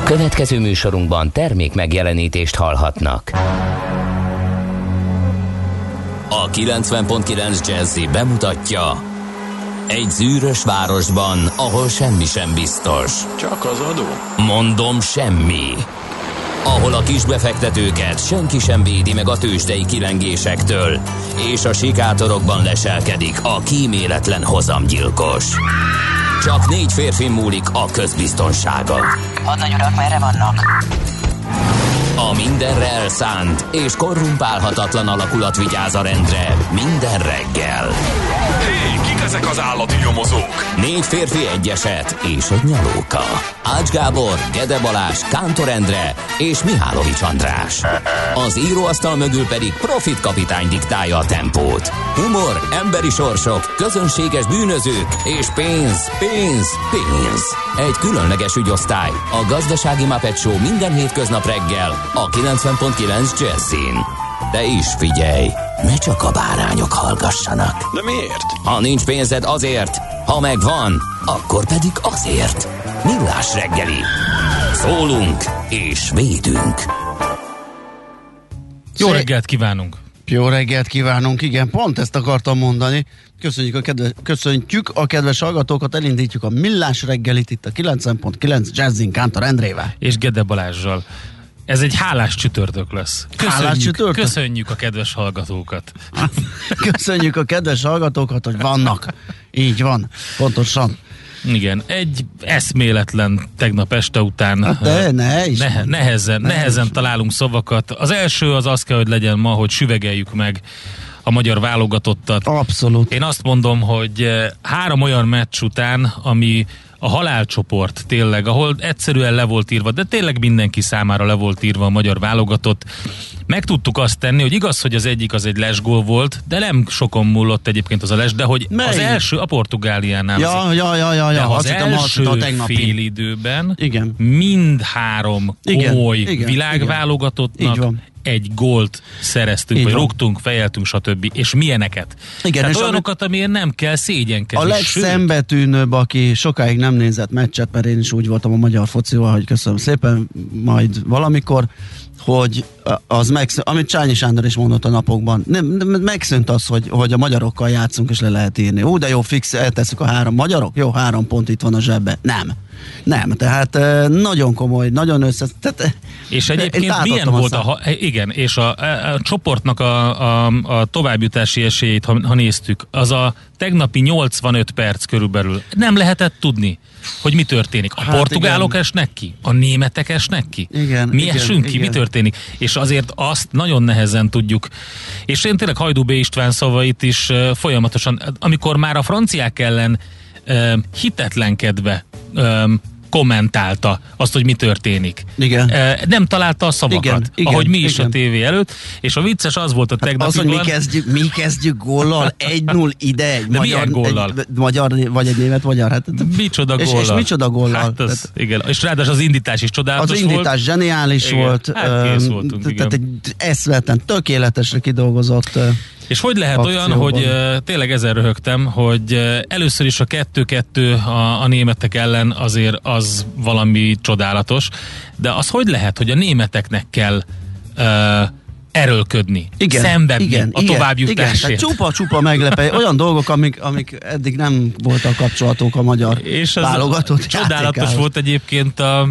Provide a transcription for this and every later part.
Következő műsorunkban termék megjelenítést hallhatnak. A 90.9 Jazzy bemutatja: egy zűrös városban, ahol semmi sem biztos. Csak az adó? Mondom, semmi. Ahol a kisbefektetőket senki sem védi meg a tőzsdei kilengésektől, és a sikátorokban leselkedik a kíméletlen hozamgyilkos. Csak 4 férfi múlik a közbiztonsága. Hadnagy urak, merre vannak? A mindenre elszánt és korrumpálhatatlan alakulat vigyáz a rendre minden reggel. Hé, kik ezek az állati nyomozók? 4 férfi, egy eset és egy nyalóka. Ács Gábor, Gede Balázs, Kántor Endre és Mihálovics András. Az íróasztal mögül pedig Profit kapitány diktálja a tempót. Humor, emberi sorsok, közönséges bűnözők és pénz, pénz, pénz. Egy különleges ügyosztály, a Gazdasági Muppet Show minden hétköznap reggel a 90.9 Jazzyn. De is figyelj, ne csak a bárányok hallgassanak. De miért? Ha nincs pénzed, azért, ha megvan, akkor pedig azért. Millás reggeli. Szólunk és védünk. Jó reggelt kívánunk! Jó reggelt kívánunk, igen, pont ezt akartam mondani. Köszöntjük a kedves hallgatókat, elindítjuk a Millás reggelit itt a 90.9 Jazzyn Kántor Endrével. És Gede Balázsral. Ez egy hálás csütörtök lesz. Köszönjük a kedves hallgatókat. Köszönjük a kedves hallgatókat, hogy vannak. Így van, pontosan. Igen, egy eszméletlen tegnap este után hát nehezen találunk szavakat. Az első az kell, hogy legyen ma, hogy süvegeljük meg a magyar válogatottat. Abszolút. Én azt mondom, hogy 3 olyan meccs után, ami a halálcsoport tényleg, ahol egyszerűen le volt írva, de tényleg mindenki számára le volt írva a magyar válogatott. Meg tudtuk azt tenni, hogy igaz, hogy az egyik az egy lesgól volt, de nem sokon múlott egyébként az a les, de hogy az első a Portugáliánál. Ja. De az első fél időben igen. Mind 3 komoly világválogatottnak egy gólt szereztünk, vagy rúgtunk, fejeltünk, stb. És milyeneket. Igen, tehát és olyanokat, amiért nem kell szégyenkezni. A legszembetűnőbb, aki sokáig nem nézett meccset, mert én is úgy voltam a magyar focival, hogy köszönöm szépen, majd valamikor, hogy az amit Csányi Sándor is mondott a napokban, megszűnt az, hogy a magyarokkal játszunk, és le lehet írni. De jó, fix, eltesszük a 3 magyarok, jó, 3 pont itt van a zsebbe. Nem, tehát nagyon komoly, nagyon és egyébként milyen volt igen, és a csoportnak a továbbjutási esélyét, ha néztük, az a tegnapi 85 perc körülbelül nem lehetett tudni, hogy mi történik. A portugálok esnek ki, a németek esnek ki. Mi esünk ki, mi történik. És azért azt nagyon nehezen tudjuk. És én tényleg Hajdú B. István szavait is folyamatosan, amikor már a franciák ellen hitetlenkedve kommentálta azt, hogy mi történik. Igen. Nem találta a szavakat, igen, ahogy mi is a tévé előtt, és a vicces az volt a tegnapiban. Az, hogy mi kezdjük góllal, 1-0 ide, egy magyar, vagy egy német magyar. Hát, micsoda góllal. És micsoda góllal. Hát az, igen. És ráadásul az indítás is csodálatos volt. Az indítás zseniális volt. Hát kész voltunk, tehát egy eszméletlen, tökéletesre kidolgozott. És hogy lehet akcióban olyan, hogy tényleg ezen röhögtem, hogy először is a 2-2 a németek ellen azért az valami csodálatos, de az hogy lehet, hogy a németeknek kell erőlködni, szenvedni a továbbjutásért. Csupa meglepő, olyan dolgok, amik eddig nem voltak kapcsolatok a magyar válogatott. Csodálatos volt egyébként a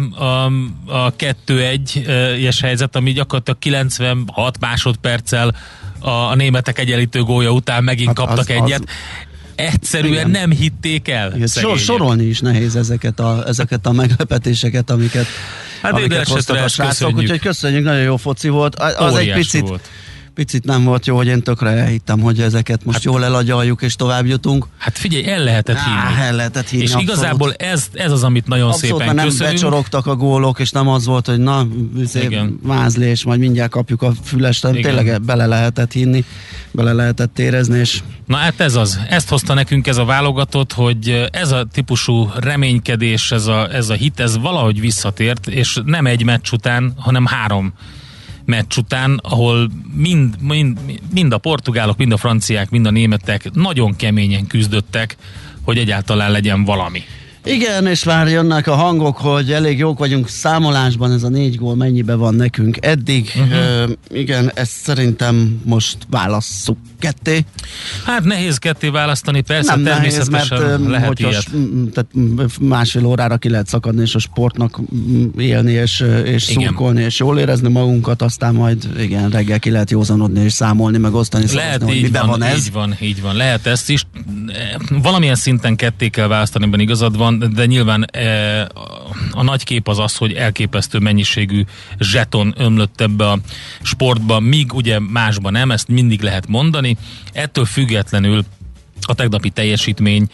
2-1-es helyzet, ami gyakorlatilag 96 másodperccel a németek egyenlítő gólja után megint kaptak egyet. Egyszerűen nem hitték el. Sorolni is nehéz ezeket a meglepetéseket, amiket hoztak a srácok. Úgyhogy köszönjük, nagyon jó foci volt. Az egy picit nem volt jó, hogy én tökre elhittem, hogy ezeket most jól elagyaljuk és tovább jutunk. Hát figyelj, el lehetett hinni. És abszolút. Igazából ez az, amit nagyon abszolút, szépen köszönünk. Nem becsorogtak a gólok, és nem az volt, hogy vázlés, majd mindjárt kapjuk a fülest, tényleg bele lehetett hinni, bele lehetett érezni, és... Na hát ez az. Ezt hozta nekünk ez a válogatott, hogy ez a típusú reménykedés, ez a hit, ez valahogy visszatért, és nem egy meccs után, hanem 3 meccs után, ahol mind a portugálok, mind a franciák, mind a németek nagyon keményen küzdöttek, hogy egyáltalán legyen valami. Igen, és már jönnek a hangok, hogy elég jók vagyunk számolásban, ez a 4 gól mennyibe van nekünk eddig. Igen, ezt szerintem most válasszuk ketté. Hát nehéz ketté választani, persze, nem természetesen nehéz, mert lehet ilyet. Tehát másfél órára ki lehet szakadni, és a sportnak élni, és szurkolni, és jól érezni magunkat, aztán majd igen, reggel ki lehet józanodni, és számolni, meg osztani, lehet, hogy miben van ez. Így van, lehet ezt is. Valamilyen szinten ketté kell választani, ebben igazad van, de nyilván a nagy kép az, hogy elképesztő mennyiségű zseton ömlött ebbe a sportba, míg ugye másban nem, ezt mindig lehet mondani. Ettől függetlenül a tegnapi teljesítmény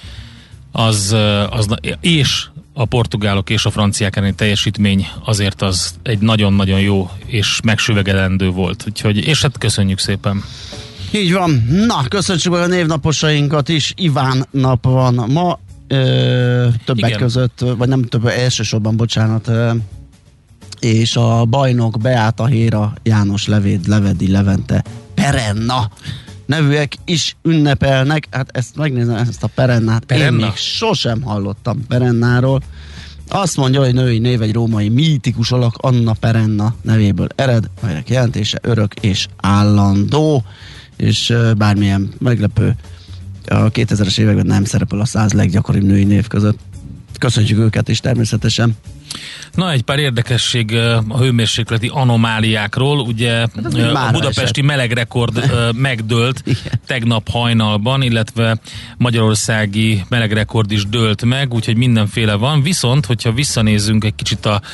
és a portugálok és a franciák elleni teljesítmény azért az egy nagyon-nagyon jó és megsüvegelendő volt. Úgyhogy, és hát köszönjük szépen. Így van. Na, köszönjük a névnaposainkat is. Iván nap van ma. Többek igen. között, vagy nem többek, elsősorban, bocsánat, és a bajnok Beáta Héra, János Levéd, Levedi Levente, Perenna nevűek is ünnepelnek. Hát ezt megnézem, ezt a Perennát. Perenna? Én még sosem hallottam Perennáról. Azt mondja, hogy női név egy római mítikus alak, Anna Perenna nevéből ered, melynek jelentése örök és állandó, és bármilyen meglepő, a 2000-es években nem szerepel a 100 leggyakoribb női név között. Köszönjük őket is természetesen. Na, egy pár érdekesség a hőmérsékleti anomáliákról. Ugye a budapesti melegrekord megdőlt tegnap hajnalban, illetve magyarországi melegrekord is dőlt meg, úgyhogy mindenféle van. Viszont, hogyha visszanézzünk egy kicsit a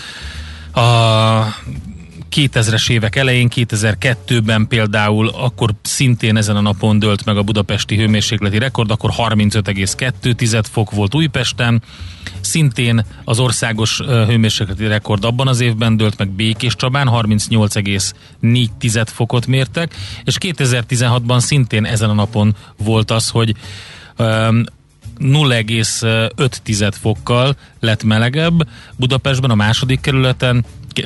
2000-es évek elején, 2002-ben például, akkor szintén ezen a napon dőlt meg a budapesti hőmérsékleti rekord, akkor 35,2 fok volt Újpesten, szintén az országos hőmérsékleti rekord abban az évben dőlt meg Békéscsabán, 38,4 fokot mértek, és 2016-ban szintén ezen a napon volt az, hogy 0,5 fokkal lett melegebb Budapesten a második kerületben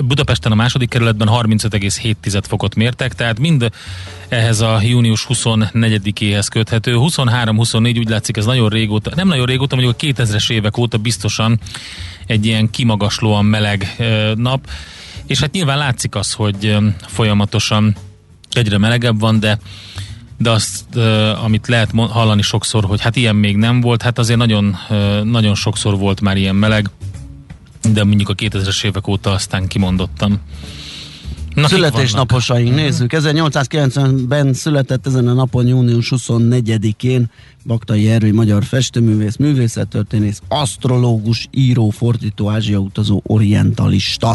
35,7 fokot mértek, tehát mind ehhez a június 24-éhez köthető. 23-24 úgy látszik, ez nagyon régóta, nem nagyon régóta, mondjuk a 2000-es évek óta biztosan egy ilyen kimagaslóan meleg nap, és hát nyilván látszik az, hogy folyamatosan egyre melegebb van, de azt, amit lehet hallani sokszor, hogy hát ilyen még nem volt, hát azért nagyon, nagyon sokszor volt már ilyen meleg, de mondjuk a 2000-es évek óta aztán kimondottam. Születésnaposaink, nézzük. 1890-ben született ezen a napon, június 24-én Baktai Ervi, magyar festőművész, művészettörténész, asztrológus, író, fordító, ázsiautazó, orientalista.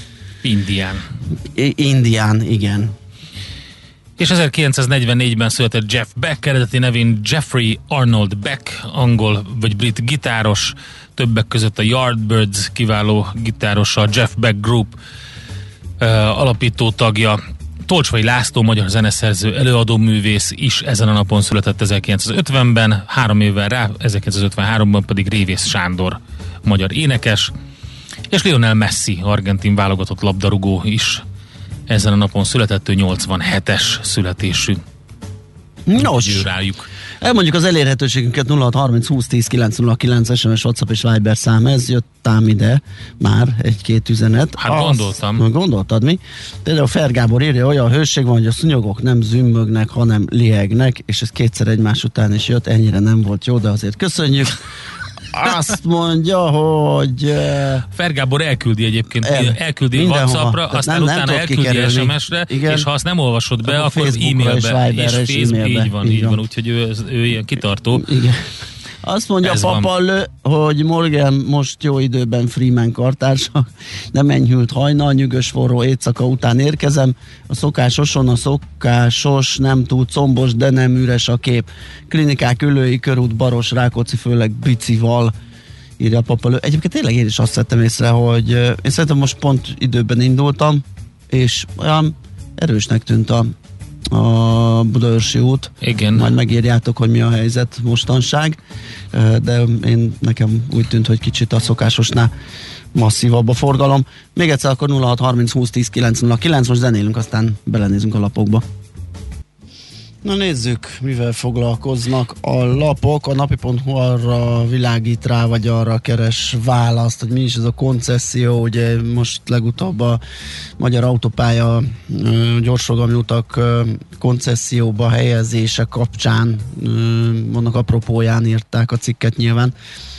Indián, igen. És 1944-ben született Jeff Beck, eredeti nevén Jeffrey Arnold Beck, angol vagy brit gitáros, többek között a Yardbirds kiváló gitárosa, Jeff Beck Group alapító tagja. Tolcsvai László, magyar zeneszerző, előadó művész is ezen a napon született 1950-ben, 3 évvel rá, 1953-ban pedig Révész Sándor, magyar énekes, és Lionel Messi, argentin válogatott labdarúgó is ezen a napon született, ő 87-es születésű. Nos, elmondjuk az elérhetőségünket: 0630 20 10 909 SMS, WhatsApp és Viber szám, ez jött ám ide már egy-két üzenet. Hát gondoltam. Gondoltad mi? Például Fer Gábor írja, olyan hőség van, hogy a szúnyogok nem zümmögnek, hanem lihegnek, és ez kétszer egymás után is jött, ennyire nem volt jó, de azért köszönjük. Azt mondja, hogy Fer Gábor elküldi egyébként, elküldi WhatsAppra, aztán utána elküldi SMS-re, igen. És ha azt nem olvasod be, akkor e-mailbe és Facebook, így van, úgyhogy ő ilyen kitartó. Igen. Azt mondja Papallő, hogy Morgan most jó időben Freeman kartársa, nem enyhült hajnal, nyűgös forró éjszaka után érkezem, a szokásos, nem túl combos, de nem üres a kép. Klinikák, Ülői körút, Baros, Rákóczi, főleg bicival, írja Papallő. Egyébként tényleg én is azt vettem észre, hogy én szerintem most pont időben indultam, és olyan erősnek tűnt a Budaörsi út. Igen. Majd megírjátok, hogy mi a helyzet mostanság, de nekem úgy tűnt, hogy kicsit a szokásosnál masszívabb a forgalom. Még egyszer akkor 0630 20 10 909, most zenélünk, aztán belenézünk a lapokba. Na nézzük, mivel foglalkoznak a lapok. A napi.hu arra világít rá, vagy arra keres választ, hogy mi is ez a koncesszió. Ugye most legutóbb a Magyar Autópálya gyorsforgalmi utak koncesszióba helyezése kapcsán, vannak apropóján írták a cikket nyilván.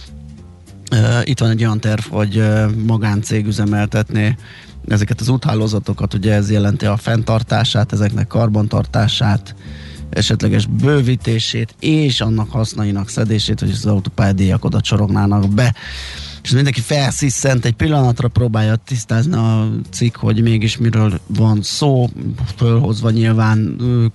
Itt van egy olyan terv, hogy magáncég üzemeltetné ezeket az úthálózatokat, ugye ez jelenti a fenntartását, ezeknek karbantartását, esetleges bővítését és annak hasznainak szedését, hogy az autópályadíjak oda csorognának be. És mindenki felsziszent, egy pillanatra próbálja tisztázni a cikk, hogy mégis miről van szó, fölhozva nyilván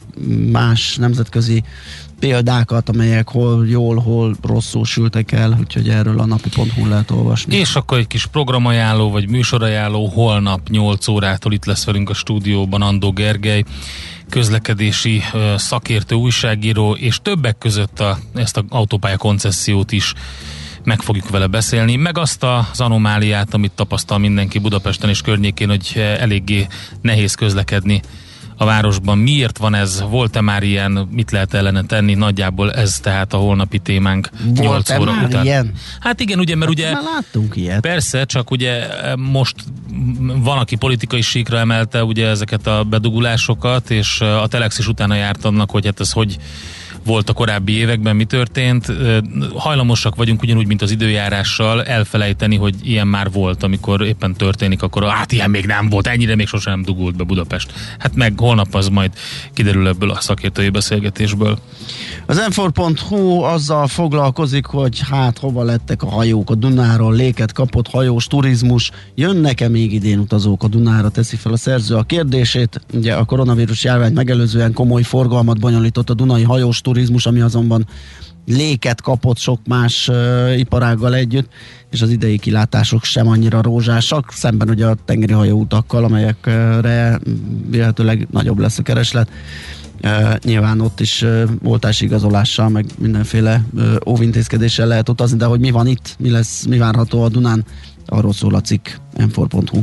más nemzetközi példákat, amelyek hol jól, hol rosszul sültek el, úgyhogy erről a napi.hu lehet olvasni. És akkor egy kis programajánló, vagy műsorajánló, holnap 8 órától itt lesz velünk a stúdióban Andó Gergely, közlekedési szakértő, újságíró, és többek között ezt az autópálya koncessziót is meg fogjuk vele beszélni, meg azt az anomáliát, amit tapasztal mindenki Budapesten és környékén, hogy eléggé nehéz közlekedni a városban. Miért van ez? Volt-e már ilyen? Mit lehet ellene tenni? Nagyjából ez tehát a holnapi témánk 8 óra után. Ilyen? Hát igen, ugye, mert ugye... Már láttunk ilyet. Persze, csak ugye most van, aki politikai síkra emelte ugye ezeket a bedugulásokat, és a Telex is utána járt annak, hogy hát ez hogy volt a korábbi években, mi történt. Hajlamosak vagyunk ugyanúgy, mint az időjárással elfelejteni, hogy ilyen már volt, amikor éppen történik, akkor hát ilyen még nem volt, ennyire még sosem nem dugult be Budapest. Hát meg holnap az majd kiderül ebből a szakértői beszélgetésből. Az m4.hu azzal foglalkozik, hogy hát hova lettek a hajók a Dunáról, léket kapott hajós turizmus, jönnek-e még idén utazók a Dunára, teszi fel a szerző a kérdését. Ugye a koronavírus járvány megelőzően komoly forgalmat bonyolított a dunai hajós turizmus, ami azonban léket kapott sok más iparággal együtt, és az idei kilátások sem annyira rózsásak, szemben ugye a tengeri hajóutakkal, amelyekre véletlenül nagyobb lesz a kereslet. Nyilván ott is oltási igazolással, meg mindenféle óvintézkedéssel lehet utazni, de hogy mi van itt, mi várható a Dunán, arról szól a cikk m4.hu.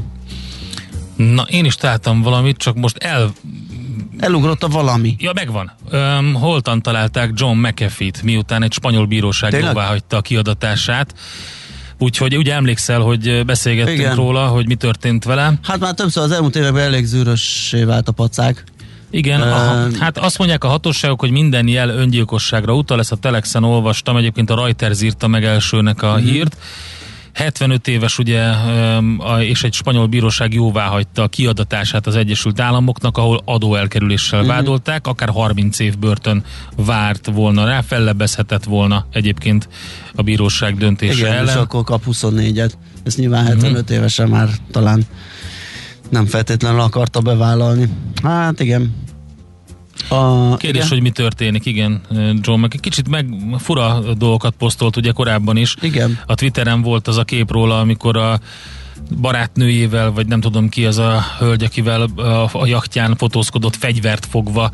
Na, én is találtam valamit, csak most elugrott a valami. Ja, megvan. Holtan találták John McAfee-t, miután egy spanyol bíróság jóváhagyta a kiadatását. Úgyhogy ugye emlékszel, hogy beszélgettünk Igen. róla, hogy mi történt vele. Hát már többször az elmúlt években elég zűrössé vált a pacák. Igen, hát azt mondják a hatóságok, hogy minden jel öngyilkosságra utal, ezt a Telexen olvastam, egyébként a Reuters írta meg elsőnek a hírt. 75 éves ugye, és egy spanyol bíróság jóváhagyta a kiadatását az Egyesült Államoknak, ahol adóelkerüléssel vádolták, akár 30 év börtön várt volna rá, fellebbezhetett volna egyébként a bíróság döntése ellen. És akkor kap 24-et. Ezt nyilván 75 évesen már talán nem feltétlenül akarta bevállalni. Hát igen. Kérdés, igen? hogy mi történik, igen, John, meg kicsit meg fura dolgokat posztolt ugye korábban is. Igen. A Twitteren volt az a kép róla, amikor a barátnőjével, vagy nem tudom ki az a hölgy, akivel a jachtján fotózkodott, fegyvert fogva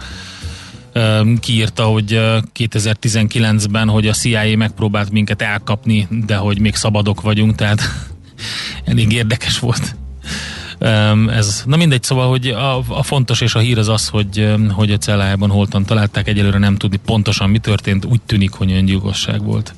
kiírta, hogy 2019-ben, hogy a CIA megpróbált minket elkapni, de hogy még szabadok vagyunk, tehát elég érdekes volt. Na mindegy, szóval, hogy a fontos és a hír az az, hogy a cellájában holtan találták, egyelőre nem tudni pontosan mi történt, úgy tűnik, hogy öngyilkosság volt.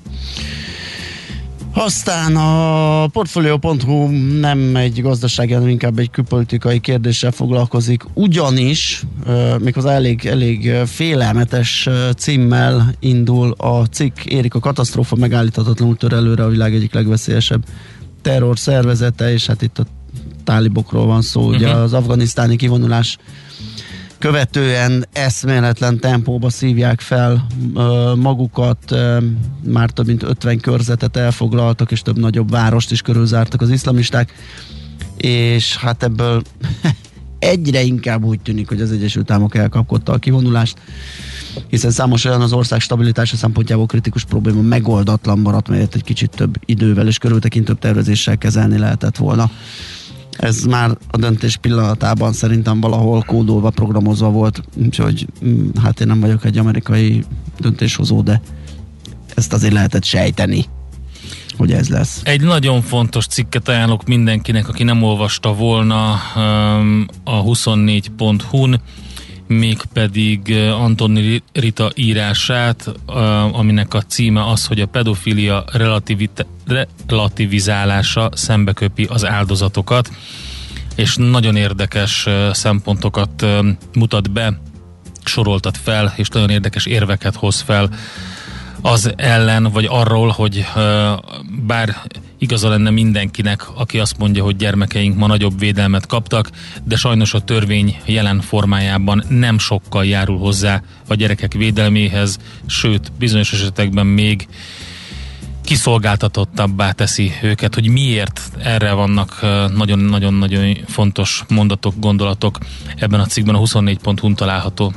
Aztán a Portfolio.hu nem egy gazdasági, hanem inkább egy külpolitikai kérdéssel foglalkozik, ugyanis méghozzá elég félelmetes címmel indul a cikk, érik a katasztrófa, megállíthatatlanul tör előre a világ egyik legveszélyesebb terror szervezete, és hát itt a tálibokról van szó, ugye az afganisztáni kivonulás követően eszméletlen tempóba szívják fel magukat, már több mint 50 körzetet elfoglaltak, és több nagyobb várost is körülzártak az iszlamisták, és hát ebből egyre inkább úgy tűnik, hogy az Egyesült Államok elkapkodta a kivonulást, hiszen számos olyan az ország stabilitása szempontjából kritikus probléma megoldatlan maradt, melyet egy kicsit több idővel és körültekintőbb tervezéssel kezelni lehetett volna. Ez már a döntés pillanatában szerintem valahol kódolva, programozva volt, úgyhogy hát én nem vagyok egy amerikai döntéshozó, de ezt azért lehetett sejteni, hogy ez lesz. Egy nagyon fontos cikket ajánlok mindenkinek, aki nem olvasta volna a 24.hu-n, mégpedig Antoni Rita írását, aminek a címe az, hogy a pedofilia relativizálása szembeköpi az áldozatokat, és nagyon érdekes szempontokat mutat be, soroltat fel, és nagyon érdekes érveket hoz fel az ellen, vagy arról, hogy bár igaza lenne mindenkinek, aki azt mondja, hogy gyermekeink ma nagyobb védelmet kaptak, de sajnos a törvény jelen formájában nem sokkal járul hozzá a gyerekek védelméhez, sőt, bizonyos esetekben még kiszolgáltatottabbá teszi őket, hogy miért. Erre vannak nagyon-nagyon-nagyon fontos mondatok, gondolatok ebben a cikkben, a 24.hu-n található.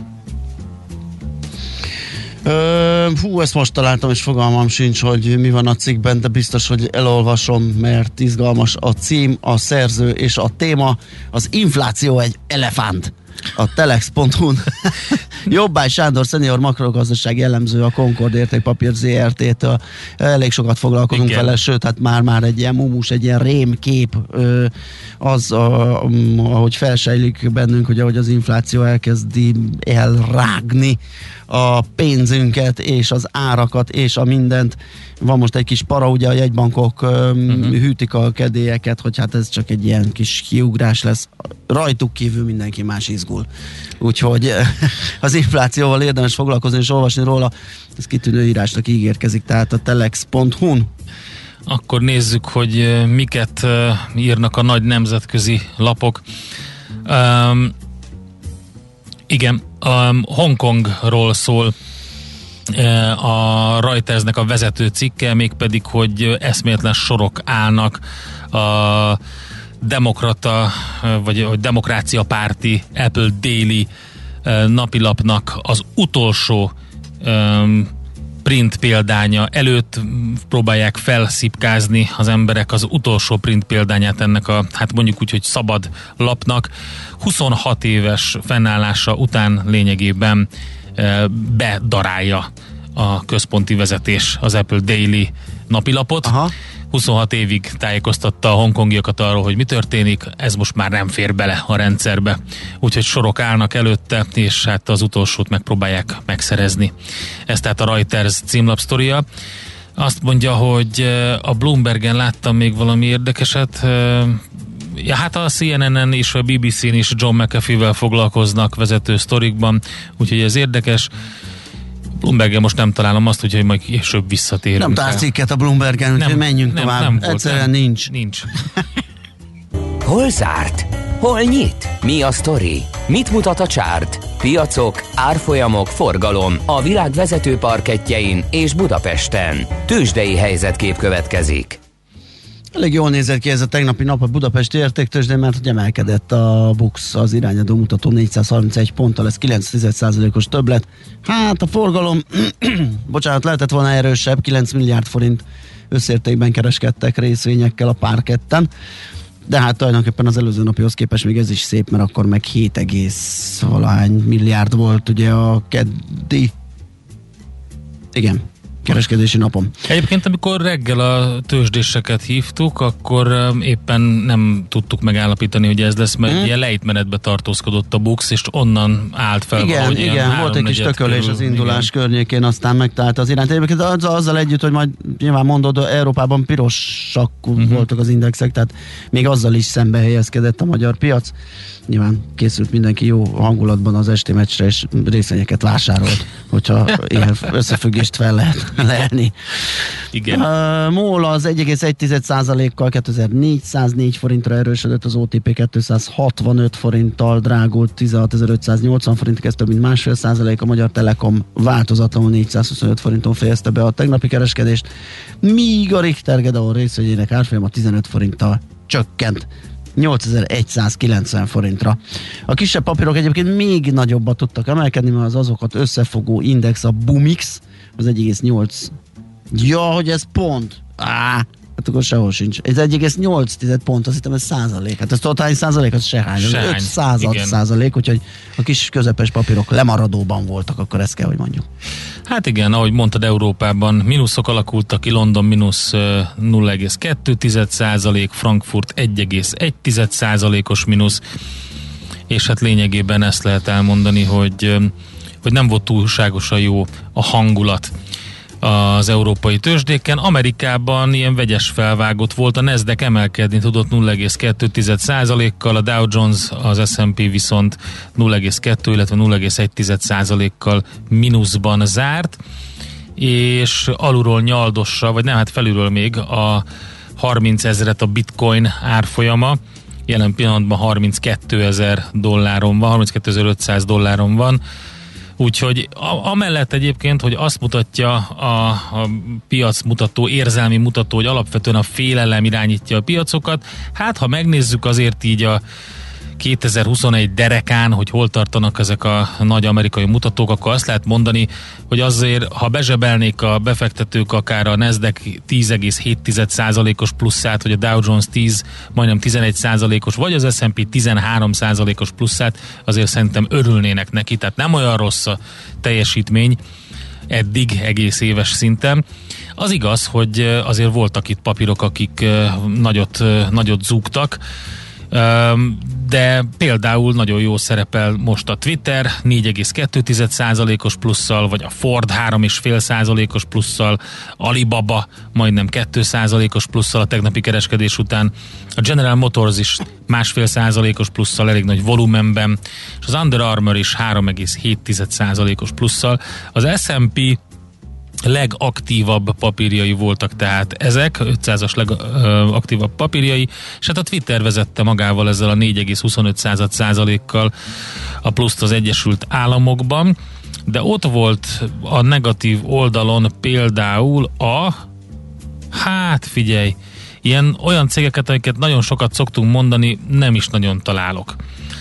Ezt most találtam, és fogalmam sincs, hogy mi van a cikkben, de biztos, hogy elolvasom, mert izgalmas a cím, a szerző és a téma. Az infláció egy elefánt. A telex.hu-n Jobbágy Sándor szenior makrogazdasági elemző a Concord Értékpapír ZRT-től. Elég sokat foglalkozunk vele, sőt, hát már egy ilyen mumus, egy ilyen rémkép az, ahogy felsejlik bennünk, hogy ahogy az infláció elkezdi elrágni a pénzünket, és az árakat, és a mindent. Van most egy kis para, ugye a jegybankok hűtik a kedélyeket, hogy hát ez csak egy ilyen kis kiugrás lesz. Rajtuk kívül mindenki más izgul. Úgyhogy az inflációval érdemes foglalkozni és olvasni róla. Ez kitűnő írásnak ígérkezik, tehát a telex.hu-n. Akkor nézzük, hogy miket írnak a nagy nemzetközi lapok. Igen, Hongkongról szól a Reutersnek a vezető cikke, mégpedig, hogy eszméletlen sorok állnak a demokrata, vagy demokrácia párti Apple Daily napilapnak az utolsó print példánya előtt. Próbálják felszipkázni az emberek az utolsó print példányát ennek a, hát mondjuk úgy, hogy szabad lapnak. 26 éves fennállása után lényegében bedarálja a központi vezetés az Apple Daily napilapot. Aha. 26 évig tájékoztatta a hongkongiakat arról, hogy mi történik, ez most már nem fér bele a rendszerbe. Úgyhogy sorok állnak előtte, és hát az utolsót megpróbálják megszerezni. Ez tehát a Reuters címlapsztoria. Azt mondja, hogy a Bloombergen láttam még valami érdekeset. Ja, hát a CNN-en és a BBC-n is John McAfee-vel foglalkoznak vezető sztorikban, úgyhogy ez érdekes. Bloombergen most nem találom azt, úgyhogy majd később visszatérünk. Nem találsz cikket a Bloombergen, úgyhogy menjünk tovább. Nem volt, egyszerűen nincs. Hol zárt? Hol nyit? Mi a sztori? Mit mutat a csárt? Piacok, árfolyamok, forgalom a világ vezető parkettjein és Budapesten. Tőzsdei helyzetkép következik. Elég jól nézett ki ez a tegnapi nap a budapesti értéktőzsdén, mert hogy emelkedett a BUX, az irányadó mutató 431 ponttal, ez 9,1%-os többlet. Hát a forgalom, lehetett volna erősebb, 9 milliárd forint összértékben kereskedtek részvényekkel a parketten, de hát tulajdonképpen az előző napihoz képest még ez is szép, mert akkor meg 7,valahány milliárd volt ugye a keddi. Igen. Kereskedési napon. Egyébként, amikor reggel a tőzsdéseket hívtuk, akkor éppen nem tudtuk megállapítani, hogy ez lesz, mert ilyen lejtmenetbe tartózkodott a BUX, és onnan állt fel. Igen, volt egy kis tökölés az indulás környékén, aztán megtalálta az irányt. Egyébként azzal együtt, hogy majd nyilván mondod, Európában pirosak voltak az indexek, tehát még azzal is szembe helyezkedett a magyar piac. Nyilván készült mindenki jó hangulatban az esti meccsre, és részvényeket vásárolt, hogyha ilyen összefüggést fel lehet leelni. Igen. MOL az 1,1%-kal 2404 forintra erősödött, az OTP 265 forinttal drágult, 16.580 forint, ez több mint 1,5%, a Magyar Telekom változatlanul 425 forinton fejezte be a tegnapi kereskedést, míg a Richter Gedeon részvényének árfolyama 15 forinttal csökkent 8190 forintra. A kisebb papírok egyébként még nagyobbat tudtak emelkedni, mert az azokat összefogó index, a Bumix, az 1,8. Ja, hogy ez pont. Hát akkor sehol sincs. Ez 1,8 pont, azt hittem ez százalék. Hát ez totális százalék, az sehány. Ez 5 százalék, úgyhogy a kis közepes papírok lemaradóban voltak, akkor ezt kell, hogy mondjuk. Hát igen, ahogy mondtad, Európában mínuszok alakultak ki, London mínusz 0,2%, Frankfurt 1,1%-os mínusz, és hát lényegében ezt lehet elmondani, hogy nem volt túlságosan jó a hangulat az európai tőzsdéken. Amerikában ilyen vegyes felvágott volt, a Nasdaq emelkedni tudott 0,2%-kal, a Dow Jones, az S&P viszont 0,2, illetve 0,1%-kal mínuszban zárt, és alulról nyaldossa, vagy nem, hát felülről még a 30 000-et a bitcoin árfolyama, jelen pillanatban 32 000 dolláron van, 32 500 dolláron van, úgyhogy amellett egyébként, hogy azt mutatja a piac mutató, érzelmi mutató, hogy alapvetően a félelem irányítja a piacokat, hát ha megnézzük azért így a 2021 derekán, hogy hol tartanak ezek a nagy amerikai mutatók, akkor azt lehet mondani, hogy azért, ha bezsebelnék a befektetők akár a Nasdaq 10,7%-os pluszát, vagy a Dow Jones 10, majdnem 11%-os, vagy az S&P 13%-os pluszát, azért szerintem örülnének neki, tehát nem olyan rossz a teljesítmény eddig egész éves szinten. Az igaz, hogy azért voltak itt papírok, akik nagyot zúgtak, de például nagyon jó szerepel most a Twitter 4,2%-os plusszal, vagy a Ford 3,5%-os plusszal, Alibaba majdnem 2%-os plusszal a tegnapi kereskedés után, a General Motors is 1,5%-os plusszal elég nagy volumenben, és az Under Armour is 3,7%-os plusszal. Az S&P legaktívabb papírjai voltak tehát ezek, 500-as legaktívabb papírjai, és hát a Twitter vezette magával ezzel a 4,25%-kal a pluszt az Egyesült Államokban, de ott volt a negatív oldalon például olyan cégeket, amiket nagyon sokat szoktunk mondani, nem is nagyon találok.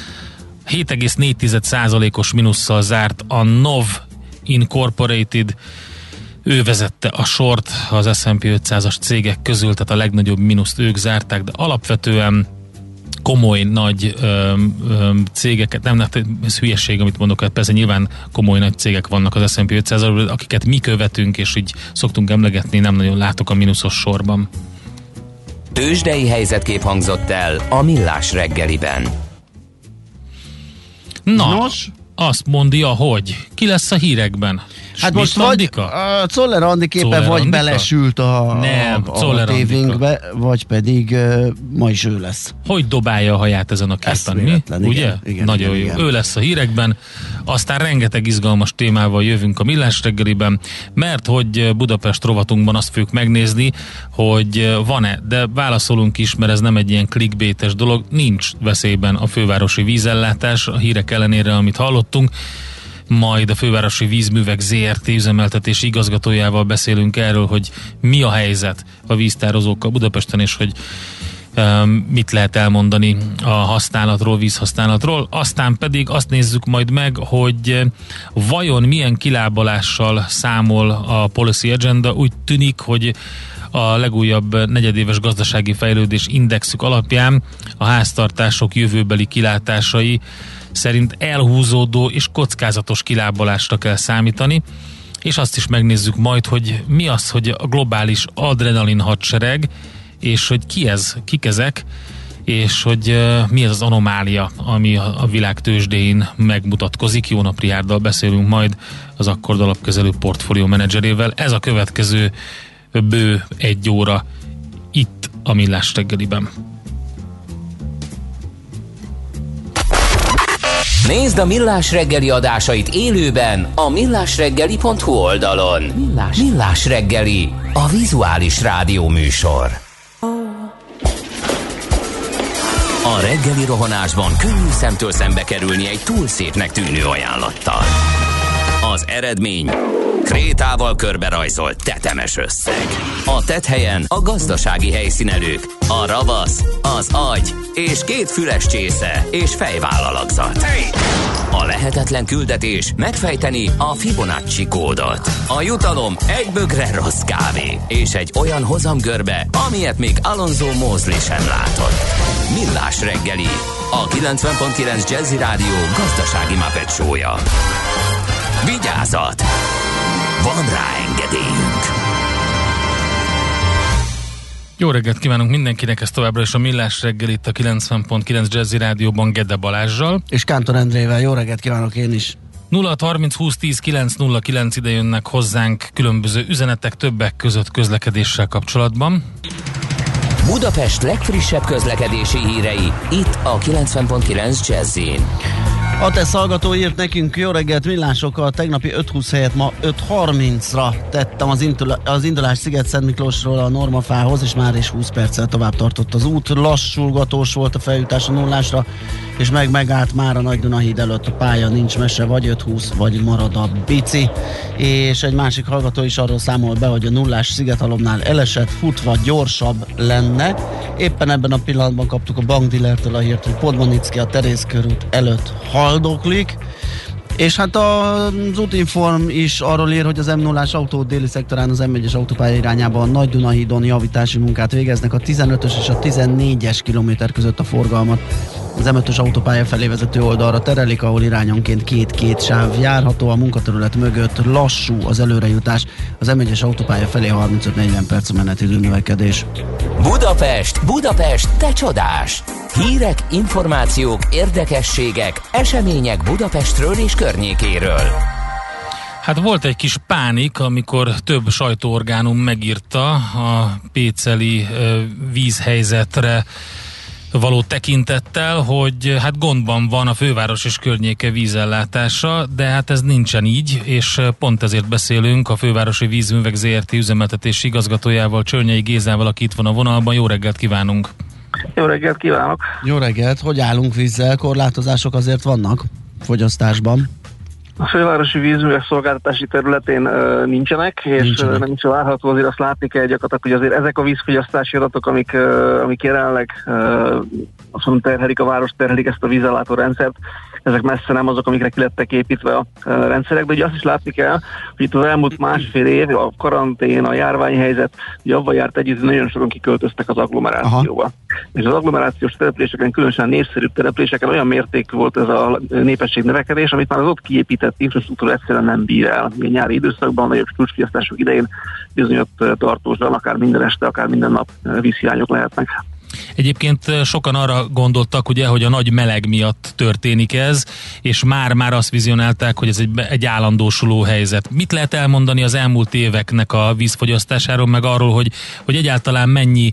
7,4%-os mínusszal zárt a NOV Incorporated, ő vezette a sort az S&P 500-as cégek közül, tehát a legnagyobb mínuszt ők zárták, de alapvetően komoly nagy cégeket, nem, ez hülyeség, amit mondok, hát persze nyilván komoly nagy cégek vannak az S&P 500-as, akiket mi követünk, és így szoktunk emlegetni, nem nagyon látok a mínuszos sorban. Tőzsdei helyzetkép hangzott el a Millás reggeliben. Nos? Azt mondja, hogy ki lesz a hírekben? Hát most vagy a Czoller Andi képe vagy belesült a tévénkbe, vagy pedig ma is ő lesz. Hogy dobálja a haját ezen a képen, mi? Ugye? Igen, nagyon jó. Ő lesz a hírekben, aztán rengeteg izgalmas témával jövünk a Millás reggeliben, mert hogy Budapest rovatunkban azt fogjuk megnézni, hogy van-e, de válaszolunk is, mert ez nem egy ilyen clickbaites dolog, nincs veszélyben a fővárosi vízellátás, a hírek ellenére, amit hallottunk. Majd a Fővárosi Vízművek ZRT üzemeltetési igazgatójával beszélünk erről, hogy mi a helyzet a víztározókkal Budapesten, és hogy mit lehet elmondani a használatról, vízhasználatról. Aztán pedig azt nézzük majd meg, hogy vajon milyen kilábalással számol a Policy Agenda. Úgy tűnik, hogy a legújabb negyedéves gazdasági fejlődés indexük alapján a háztartások jövőbeli kilátásai szerint elhúzódó és kockázatos kilábalásra kell számítani, és azt is megnézzük majd, hogy mi az, hogy a globális adrenalin hadsereg, és hogy kik ezek, és hogy mi ez az anomália, ami a világ tőzsdéin megmutatkozik. Jó nap, Riárddal beszélünk majd, az Akkord alapkezelő portfólió menedzserével. Ez a következő bő 1 óra itt a Millás reggeliben. Nézd a Millás reggeli adásait élőben a millásreggeli.hu oldalon. Millás reggeli, a vizuális rádió műsor. A reggeli rohanásban könnyű szemtől szembe kerülni egy túl szépnek tűnő ajánlattal. Az eredmény krétával körberajzolt tetemes összeg. A tetthelyen a gazdasági helyszínelők, a ravasz, az agy és 2 füles csésze és fejvállalakzat. A lehetetlen küldetés megfejteni a Fibonacci kódot. A jutalom egy bögre rossz kávé és egy olyan hozamgörbe, amilyet még Alonso Mosley sem látott. Millás reggeli, a 90.9 Jazzy Rádió gazdasági Muppet show-ja. Vigyázat! Van rá engedélyünk! Jó reggelt kívánunk mindenkinek, ez továbbra is a Millás reggel itt a 90.9 Jazzy Rádióban Gede Balázsral. És Kántor Endrével, jó reggelt kívánok én is. 0630 20 10 909 ide jönnek hozzánk különböző üzenetek, többek között közlekedéssel kapcsolatban. Budapest legfrissebb közlekedési hírei, itt a 90.9 Jazzyn. A TESZ hallgató írt nekünk, jó reggelt, villásokkal tegnapi 5:20 helyett ma 5:30-ra tettem az indulás Sziget-Szent Miklósról a Normafához, és már is 20 perccel tovább tartott az út. Lassulgatós volt a feljutás a nullásra, és megállt már a Nagy-Dunahíd előtt a pálya, nincs mese, vagy 5:20, vagy marad a bici. És egy másik hallgató is arról számol be, hogy a nullás Szigethalomnál elesett, futva gyorsabb lenne. Éppen ebben a pillanatban kaptuk a bankdillertől a hírt, hogy Podmanicki a Teréz körút előtt haldoklik, és hát az Útinform is arról ír, hogy az M0-ás autó déli szektorán az M1-es autópálya irányában a Nagy-Dunahídon javítási munkát végeznek, a 15-ös és a 14-es kilométer között a forgalmat az M5-ös autópálya felé vezető oldalra terelik, ahol irányonként két sáv járható, a munkaterület mögött lassú az előrejutás, az M1-es autópálya felé 35-40 perc a menetidő növekedés. Budapest, te csodás! Hírek, információk, érdekességek, események Budapestről és környékéről. Hát volt egy kis pánik, amikor több sajtóorgánum megírta a péceli vízhelyzetre való tekintettel, hogy hát gondban van a főváros és környéke vízellátása, de hát ez nincsen így, és pont ezért beszélünk a Fővárosi Vízművek ZRT üzemeltetési igazgatójával, Csörnyei Gézával, aki itt van a vonalban. Jó reggelt kívánunk! Jó reggelt kívánok! Jó reggelt! Hogy állunk vízzel? Korlátozások azért vannak fogyasztásban? A fővárosi vízművek szolgáltatási területén nincsenek, és nem is várható, azért azt látni kell gyakorlatilag, hogy azért ezek a vízfogyasztási adatok, amik jelenleg azt mondom, terhelik a város, terhelik ezt a vízellátó rendszert, ezek messze nem azok, amikre ki lettek építve a rendszerek, de ugye azt is látni kell, hogy itt az elmúlt másfél év, a karantén, a járványhelyzet, ugye abban járt együtt, hogy nagyon sokan kiköltöztek az agglomerációba. Aha. És az agglomerációs településeken, különösen népszerűbb településeken olyan mértékű volt ez a népesség növekedés, amit már az ott kiépített infrastruktúra egyszerűen nem bír el. A nyári időszakban, nagyobb csúcsfogyasztások idején bizony ott tartósan, akár minden este, akár minden nap vízhiányok lehetnek. Egyébként sokan arra gondoltak, ugye, hogy a nagy meleg miatt történik ez, és már azt vizionálták, hogy ez egy állandósuló helyzet. Mit lehet elmondani az elmúlt éveknek a vízfogyasztásáról, meg arról, hogy egyáltalán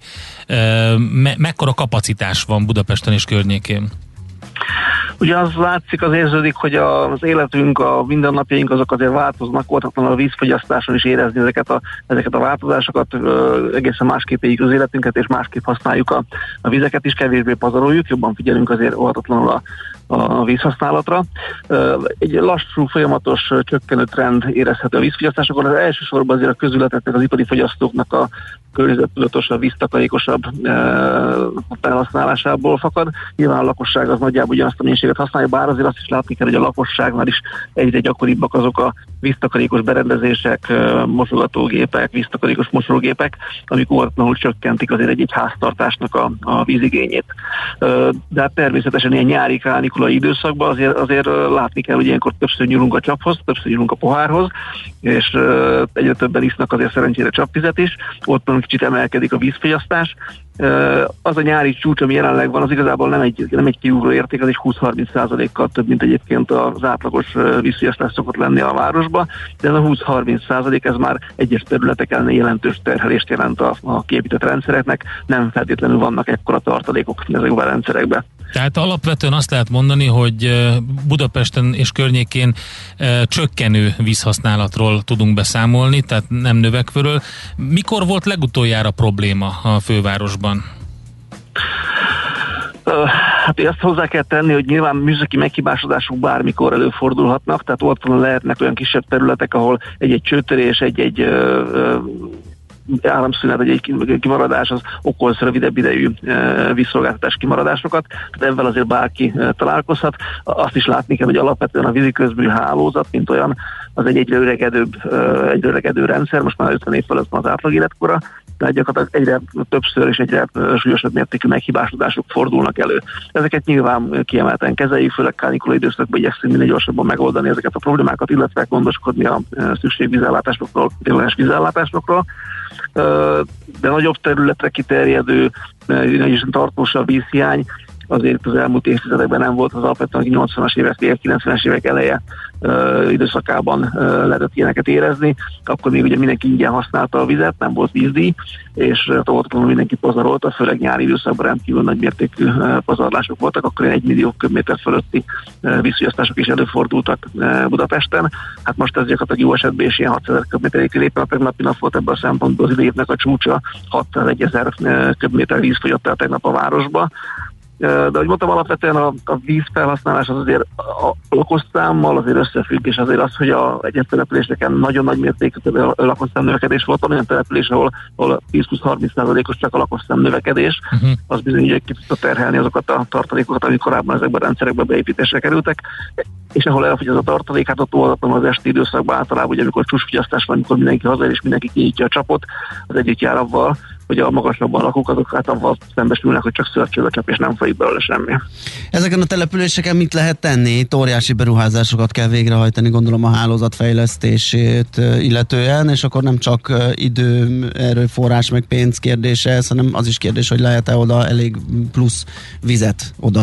mekkora kapacitás van Budapesten és környékén? Ugye az látszik, az érződik, hogy az életünk, a mindennapjaink azok azért változnak, óhatatlanul a vízfogyasztáson is érezni ezeket a változásokat, egészen másképp éljük az életünket, és másképp használjuk a vizeket is, kevésbé pazaroljuk, jobban figyelünk azért óhatatlanul a vízhasználatra. Egy lassú, folyamatos csökkenő trend érezhető a vízfogyasztásokon, az elsősorban azért a közületeknek, az ipari fogyasztóknak a környezettudatosabb, víztakarékosabb felhasználásából fakad. Nyilván a lakosság az nagyjából ugyanazt a mennyiséget használja, bár azért azt is látni kell, hogy a lakosságnál is egyre gyakoribbak azok a víztakarékos berendezések, mosogatógépek, víztakarékos mosológépek, amik óvatlanul csökkentik azért egy háztartásnak a vízigényét. De hát természetesen ilyen nyári kánikulai időszakban azért látni kell, hogy ilyenkor többször nyúlunk a csaphoz, többször nyúlunk a pohárhoz, és egyre többen isznak azért szerencsére csapvizet is, ott kicsit emelkedik a vízfogyasztás. Az a nyári csúcs, ami jelenleg van, az igazából nem egy kiugró érték, az egy 20-30%-kal több, mint egyébként az átlagos vízfogyasztás szokott lenni a városba, de ez a 20-30% ez már egyes területeken jelentős terhelést jelent a kiépített rendszereknek, nem feltétlenül vannak ekkora tartalékok ezekben a rendszerekben. Tehát alapvetően azt lehet mondani, hogy Budapesten és környékén csökkenő vízhasználatról tudunk beszámolni, tehát nem növekvőről. Mikor volt legutoljára probléma a fővárosban? Hát azt hozzá kell tenni, hogy nyilván műszaki meghibásodások bármikor előfordulhatnak, tehát ott lehetnek olyan kisebb területek, ahol egy csőtörés, egy áramszünet, egy kimaradás az okoz rövidebb idejű vízszolgáltatás kimaradásokat, tehát ebben azért bárki találkozhat. Azt is látni kell, hogy alapvetően a víziközmű hálózat, mint olyan, az egy egyre öregedő rendszer, most már 50 év fölött van az átlag életkora, tehát gyakorlatilag egyre többször és egyre súlyosabb mértékű meghibásodások fordulnak elő. Ezeket nyilván kiemelten kezeljük, főleg kánikula időszakban igyekszünk minél gyorsabban megoldani ezeket a problémákat, illetve gondoskodni a szükségvízellátásokról, tényleges vízellátásokról. De nagyobb területre kiterjedő, tartósabb vízhiány azért az elmúlt évtizedekben nem volt, az alapvetően 80-as évek, 90-es évek eleje időszakában lehetett ilyeneket érezni. Akkor még ugye mindenki ingyen használta a vizet, nem volt vízdíj, és óvatatlanul mindenki pazarolta, főleg nyári időszakban rendkívül nagy mértékű pazarlások voltak, akkor 1 millió köbméter fölötti vízfogyasztások is előfordultak Budapesten. Hát most ez gyakorlatilag jó esetben is ilyen 600 köbméterig éppen a tegnapi nap volt ebben a szempontból az idejévnek a csúcsa, 601 000 köbméter víz fogyott el tegnap a városba. De ahogy mondtam, alapvetően a vízfelhasználás az azért a lakosszámmal azért összefügg, és azért az, hogy egyes településeken nagyon nagy mértékű lakosszám növekedés volt, olyan település, ahol 10-20-30%-os csak a lakosszám növekedés, az bizony ki tudta terhelni azokat a tartalékokat, amik korábban ezekben a rendszerekben beépítésre kerültek, és ahol elfogy az a tartalék, hát ott óvatatlanul az esti időszakban általában, ugye amikor csúcsfogyasztás van, amikor mindenki hazaér és mindenki kinyitja a csapot, az együtt jár avval, hogy a magasabban lakók azok hát avval szembesülnek, hogy csak szörcsöl a csap, és nem folyik belőle semmi. Ezeken a településeken mit lehet tenni? Itt óriási beruházásokat kell végrehajtani, gondolom a hálózat fejlesztését illetően, és akkor nem csak idő, erőforrás, meg pénz kérdése ez, hanem az is kérdés, hogy lehet-e oda elég plusz vizet oda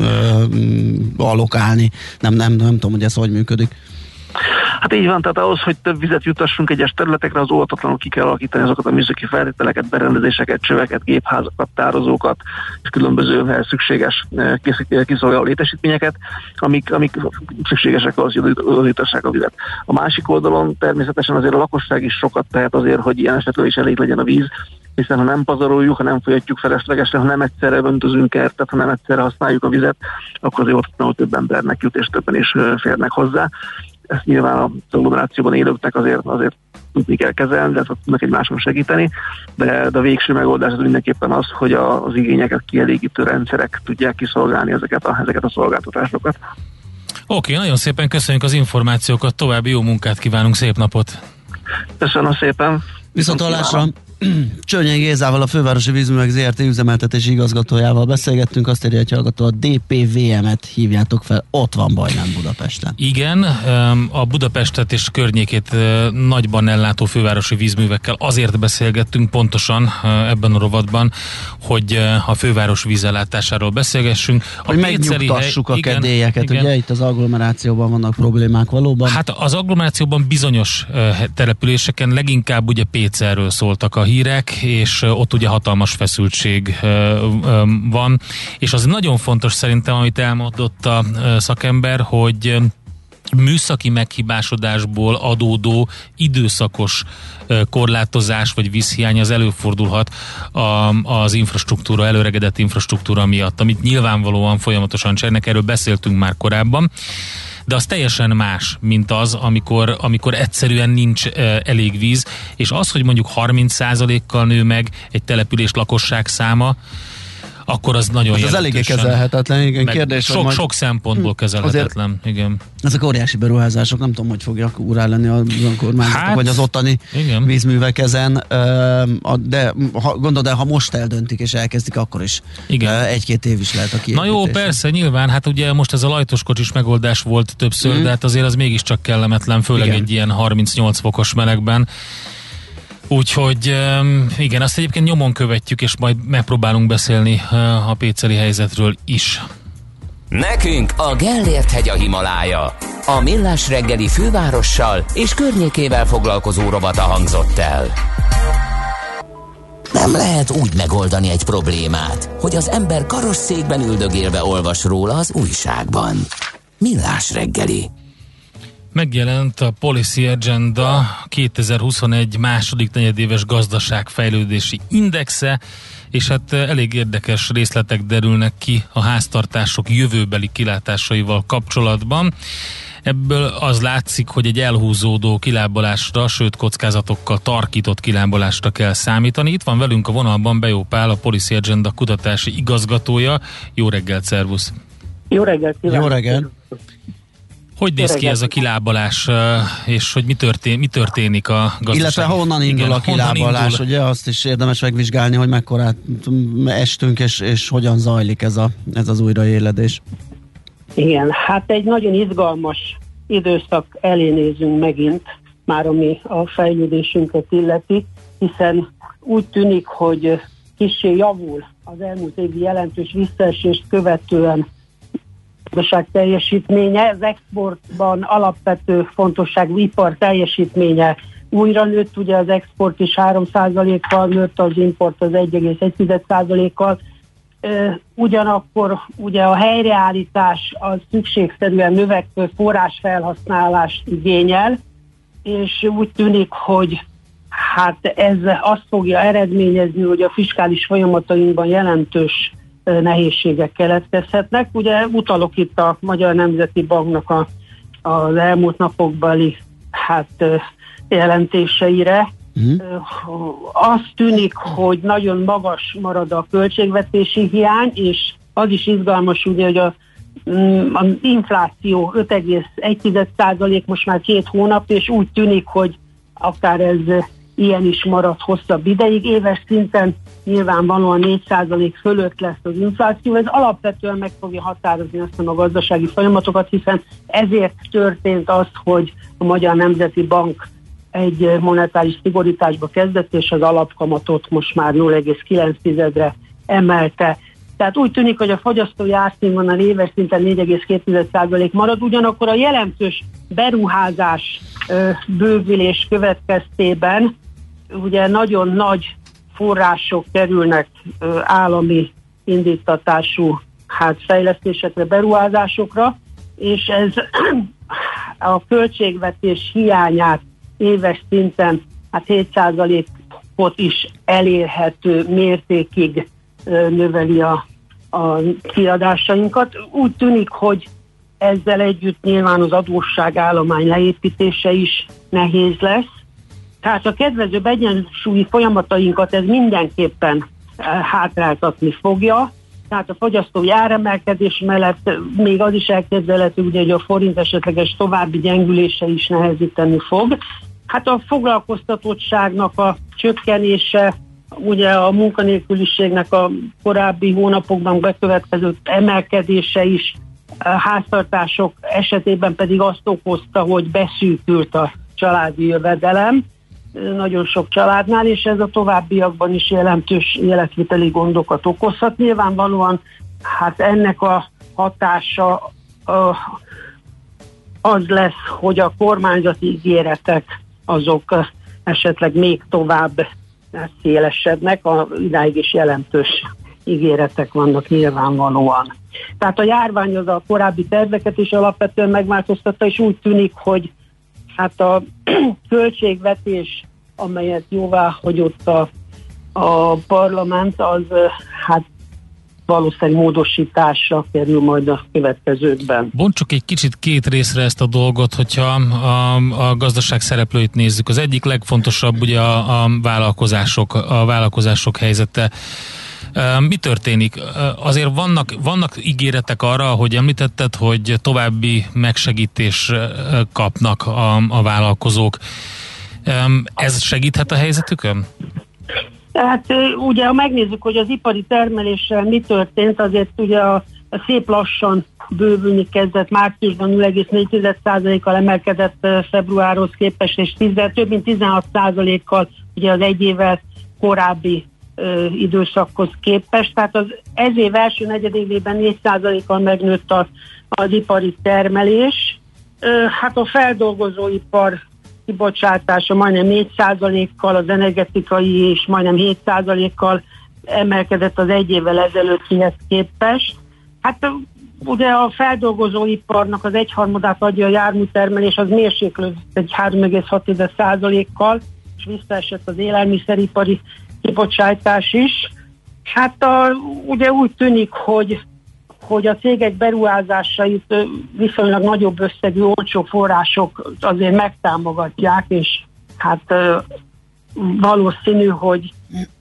allokálni. Nem tudom, hogy ez hogy működik. Hát így van, tehát ahhoz, hogy több vizet jutassunk egyes területekre, az óvatatlanul ki kell alakítani azokat a műszaki feltételeket, berendezéseket, csöveket, gépházakat, tározókat, és különböző szükséges kiszolgáló létesítményeket, amik szükségesek ahhoz, hogy jutassák a vizet. A másik oldalon természetesen azért a lakosság is sokat tehet azért, hogy ilyen esetben is elég legyen a víz, hiszen ha nem pazaroljuk, ha nem folyatjuk feleslegesen, ha nem egyszerre öntözünk kertet, ha nem egyszerre használjuk a vizet, akkor azért ott több embernek jut, és többen is férnek hozzá. Ezt nyilván az agglomerációban élőknek azért tudni kell kezelni, de tudnak egymáson segíteni, de a végső megoldás az mindenképpen az, hogy az igényeket kielégítő rendszerek tudják kiszolgálni ezeket a szolgáltatásokat. Oké, nagyon szépen köszönjük az információkat, további jó munkát kívánunk, szép napot! Köszönöm szépen! Viszontlátásra! Csörnyei Gézával, a Fővárosi Vízművek ZRT üzemeltetési igazgatójával beszélgettünk, azt írja, hogy hallgató, a DPVM-et hívjátok fel, ott van baj, nem Budapesten. Igen, a Budapestet és környékét nagyban ellátó fővárosi vízművekkel azért beszélgettünk pontosan ebben a rovatban, hogy a főváros vízellátásáról beszélgessünk. Hogy megnyugtassuk a kedélyeket, ugye itt az agglomerációban vannak problémák valóban? Hát az agglomerációban bizonyos településeken leginkább ugye Pécelről szóltak a hírek, és ott ugye hatalmas feszültség van, és az nagyon fontos szerintem, amit elmondott a szakember, hogy műszaki meghibásodásból adódó időszakos korlátozás vagy vízhiány az előfordulhat az infrastruktúra, előregedett infrastruktúra miatt, amit nyilvánvalóan folyamatosan csernek, erről beszéltünk már korábban, de az teljesen más, mint az, amikor egyszerűen nincs elég víz, és az, hogy mondjuk 30%-kal nő meg egy település lakosság száma, akkor az nagyon jelentősen. Az eléggé kezelhetetlen, igen, kérdés. Sok szempontból kezelhetetlen, igen. Ezek óriási beruházások, nem tudom, hogy fogják úrá lenni az önkormányzatok, vagy az ottani vízművek ezen, de gondolod el, ha most eldöntik és elkezdik, akkor is egy-két év is lehet a kiépítés. Na jó, persze, nyilván, hát ugye most ez a lajtoskocsis megoldás volt többször, de hát azért az mégiscsak kellemetlen, főleg egy ilyen 38 fokos melegben. Úgyhogy igen, azt egyébként nyomon követjük, és majd megpróbálunk beszélni a péceli helyzetről is. Nekünk a Gellért-hegy a Himalája. A Millás reggeli fővárossal és környékével foglalkozó rovata hangzott el. Nem lehet úgy megoldani egy problémát, hogy az ember karosszékben üldögélve olvas róla az újságban. Millás reggeli. Megjelent a Policy Agenda 2021 második negyedéves gazdaságfejlődési indexe, és hát elég érdekes részletek derülnek ki a háztartások jövőbeli kilátásaival kapcsolatban. Ebből az látszik, hogy egy elhúzódó kilábalásra, sőt kockázatokkal tarkított kilábalásra kell számítani. Itt van velünk a vonalban Bejó Pál, a Policy Agenda kutatási igazgatója. Jó reggelt, szervusz! Jó reggelt! Jó reggelt! Hogy néz ki ez a kilábalás, és hogy mi történik a gazdaság? Illetve honnan indul a kilábalás, ugye azt is érdemes megvizsgálni, hogy mekkorát estünk, és hogyan zajlik ez az újraéledés. Igen, hát egy nagyon izgalmas időszak elé nézünk megint, már ami a fejlődésünket illeti, hiszen úgy tűnik, hogy kissé javul az elmúlt évi jelentős visszaesést követően a gazdaság teljesítménye, az exportban alapvető fontosságú ipar teljesítménye újra nőtt, ugye az export is 3%-kal nőtt, az import az 1,1%-kal. Ugyanakkor ugye a helyreállítás az szükségszerűen növekvő forrásfelhasználást igényel, és úgy tűnik, hogy hát ez azt fogja eredményezni, hogy a fiskális folyamatainkban jelentős nehézségek keletkezhetnek. Ugye utalok itt a Magyar Nemzeti Banknak az elmúlt napokbeli jelentéseire. Azt tűnik, hogy nagyon magas marad a költségvetési hiány, és az is izgalmas, ugye, hogy az infláció 5,1% most már 2 hónap, és úgy tűnik, hogy akár ez ilyen is marad hosszabb ideig. Éves szinten nyilvánvalóan 4% fölött lesz az infláció. Ez alapvetően meg fogja határozni azt a gazdasági folyamatokat, hiszen ezért történt az, hogy a Magyar Nemzeti Bank egy monetáris szigorításba kezdett, és az alapkamatot most már 0,9-re emelte. Tehát úgy tűnik, hogy a fogyasztói árszínvonal éves szinten 4,2% marad, ugyanakkor a jelentős beruházás bővülés következtében ugye nagyon nagy források kerülnek állami indítatású fejlesztésekre, beruházásokra, és ez a költségvetés hiányát éves szinten 7%-ot is elérhető mértékig növeli a kiadásainkat. Úgy tűnik, hogy ezzel együtt nyilván az adósságállomány leépítése is nehéz lesz. Tehát a kedvezőbb egyensúlyi folyamatainkat ez mindenképpen hátráltatni fogja. Tehát a fogyasztói áremelkedés mellett még az is elképzelhető, ugye, hogy a forint esetleges további gyengülése is nehezíteni fog. Hát a foglalkoztatottságnak a csökkenése, ugye a munkanélküliségnek a korábbi hónapokban bekövetkezett emelkedése is, a háztartások esetében pedig azt okozta, hogy beszűkült a családi jövedelem nagyon sok családnál, és ez a továbbiakban is jelentős életviteli gondokat okozhat. Nyilvánvalóan ennek a hatása az lesz, hogy a kormányzati ígéretek azok esetleg még tovább szélesednek, idáig is jelentős ígéretek vannak nyilvánvalóan. Tehát a járvány az a korábbi terveket is alapvetően megváltoztatta, és úgy tűnik, hogy a költségvetés, amelyet jóvá hagyott a parlament, az valószínűleg módosításra kerül majd a következőkben. Bontsuk egy kicsit két részre ezt a dolgot, hogyha a gazdaság szereplőit nézzük. Az egyik legfontosabb ugye a vállalkozások helyzete. Mi történik? Azért vannak ígéretek arra, hogy említetted, hogy további megsegítés kapnak a vállalkozók. Ez segíthet a helyzetükön? Tehát ugye, ha megnézzük, hogy az ipari termeléssel mi történt, azért ugye a szép lassan bővülni kezdett, márciusban 0,4%-kal emelkedett februárhoz képest, és több mint 16%-kal ugye az egy évvel korábbi időszakhoz képest. Tehát ez év első negyedévében 4%-kal megnőtt az ipari termelés. A feldolgozóipar kibocsátása majdnem 4%-kal, az energetikai is majdnem 7%-kal emelkedett az egy évvel ezelőttihez képest. Ugye a feldolgozóiparnak az 1/3 adja a járműtermelés, az mérséklődött egy 3,6%-kal, és visszaesett az élelmiszeripari kibocsátás is. Ugye úgy tűnik, hogy a cégek beruházásait viszonylag nagyobb összegű olcsó források azért megtámogatják, és valószínű, hogy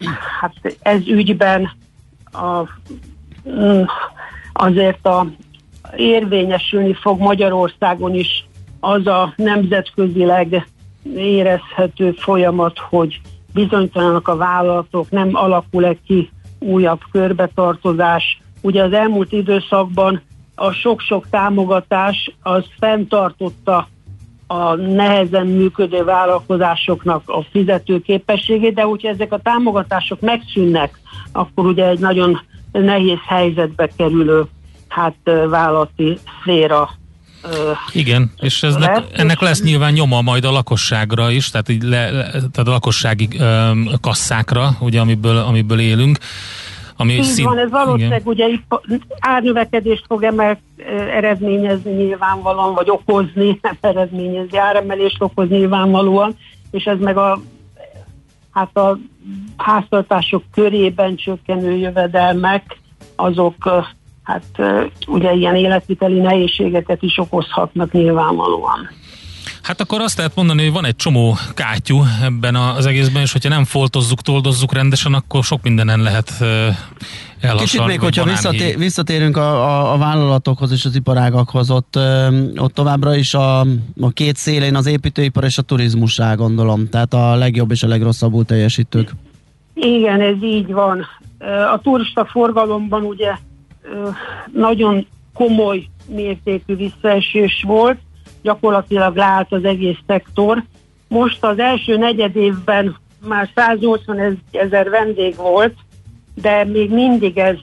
ez ügyben azért a érvényesülni fog Magyarországon is az a nemzetközileg érezhető folyamat, hogy bizonytalanak a vállalatok, nem alakul-e ki újabb körbetartozás. Ugye az elmúlt időszakban a sok-sok támogatás az fenntartotta a nehezen működő vállalkozásoknak a fizetőképességét, de hogyha ezek a támogatások megszűnnek, akkor ugye egy nagyon nehéz helyzetbe kerülő vállalati szféra. Igen, és ennek lesz nyilván nyoma majd a lakosságra is, tehát, tehát a lakossági kasszákra, ugye, amiből élünk. Így van, ez valószínűleg ugye árnövekedést fog eredményezni nyilvánvalóan, vagy okozni, nem eredményezni, áremelést okoz nyilvánvalóan, és ez meg a háztartások körében csökkenő jövedelmek, azok ugye ilyen életviteli nehézségeket is okozhatnak nyilvánvalóan. Hát akkor azt lehet mondani, hogy van egy csomó kátyú ebben az egészben, és hogyha nem foltozzuk, toldozzuk rendesen, akkor sok mindenen lehet elhasonlítani. Kicsit még, hogyha visszatérünk a vállalatokhoz és az iparágakhoz, ott továbbra is a két szélén az építőipar és a turizmus áll, gondolom. Tehát a legjobb és a legrosszabbul teljesítők. Igen, ez így van. A turista forgalomban ugye nagyon komoly mértékű visszaesés volt, gyakorlatilag leállt az egész szektor. Most az első negyed évben már 180 000 vendég volt, de még mindig ez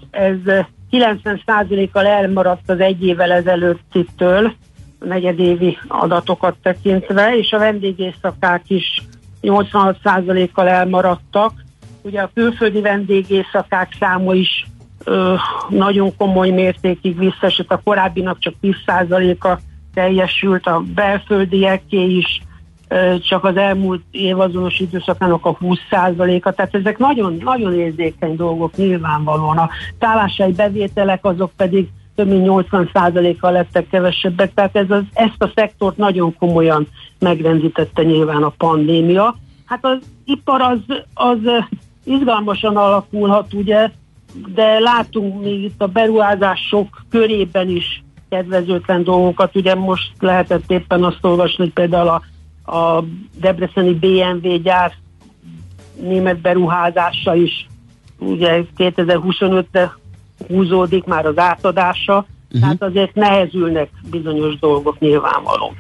90%-kal elmaradt az egy évvel ezelőttitől, a negyedévi adatokat tekintve, és a vendégészakák is 86%-kal elmaradtak. Ugye a külföldi vendégészakák száma is nagyon komoly mértékig visszaesett, a korábbinak csak 10%-a teljesült, a belföldieké is csak az elmúlt évazonos időszakának a 20%-a, tehát ezek nagyon, nagyon érzékeny dolgok nyilvánvalóan. A szálláshely bevételek azok pedig több mint 80%-kal lettek kevesebbek, tehát ezt a szektort nagyon komolyan megrendítette nyilván a pandémia. Hát az ipar az izgalmasan alakulhat, ugye, de látunk még itt a beruházások körében is kedvezőtlen dolgokat. Ugye most lehetett éppen azt olvasni, hogy például a debreceni BMW gyár német beruházása is ugye 2025-re húzódik már az átadása, tehát azért nehezülnek bizonyos dolgok nyilvánvalóan.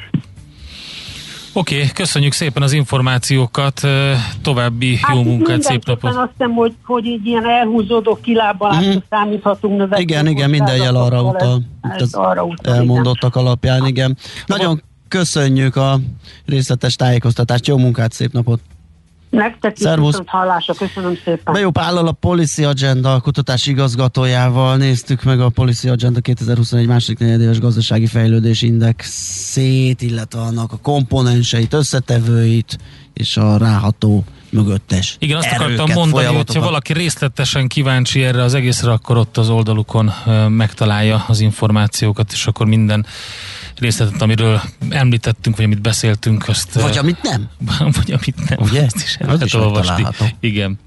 Oké, köszönjük szépen az információkat, további jó munkát, szép napot. Azt hiszem, hogy így ilyen elhúzódó kilábalásra számíthatunk növekedni. Igen, minden jel arra utal. Elmondottak alapján, igen. Nagyon köszönjük a részletes tájékoztatást, jó munkát, szép napot. Nektek is viszont hallásra, köszönöm szépen. Bejó Pállal, a Policy Agenda kutatási igazgatójával néztük meg a Policy Agenda 2021 második negyedéves gazdasági fejlődés indexét, illetve annak a komponenseit, összetevőit és a ráható mögöttes. Igen, azt akartam mondani, hogyha valaki részletesen kíváncsi erre az egészre, akkor ott az oldalukon megtalálja az információkat, és akkor minden részletet, amiről említettünk, vagy amit beszéltünk, azt... Vagy amit nem. Vagy amit nem. Ugye? Ezt is el lehet olvasni. Igen.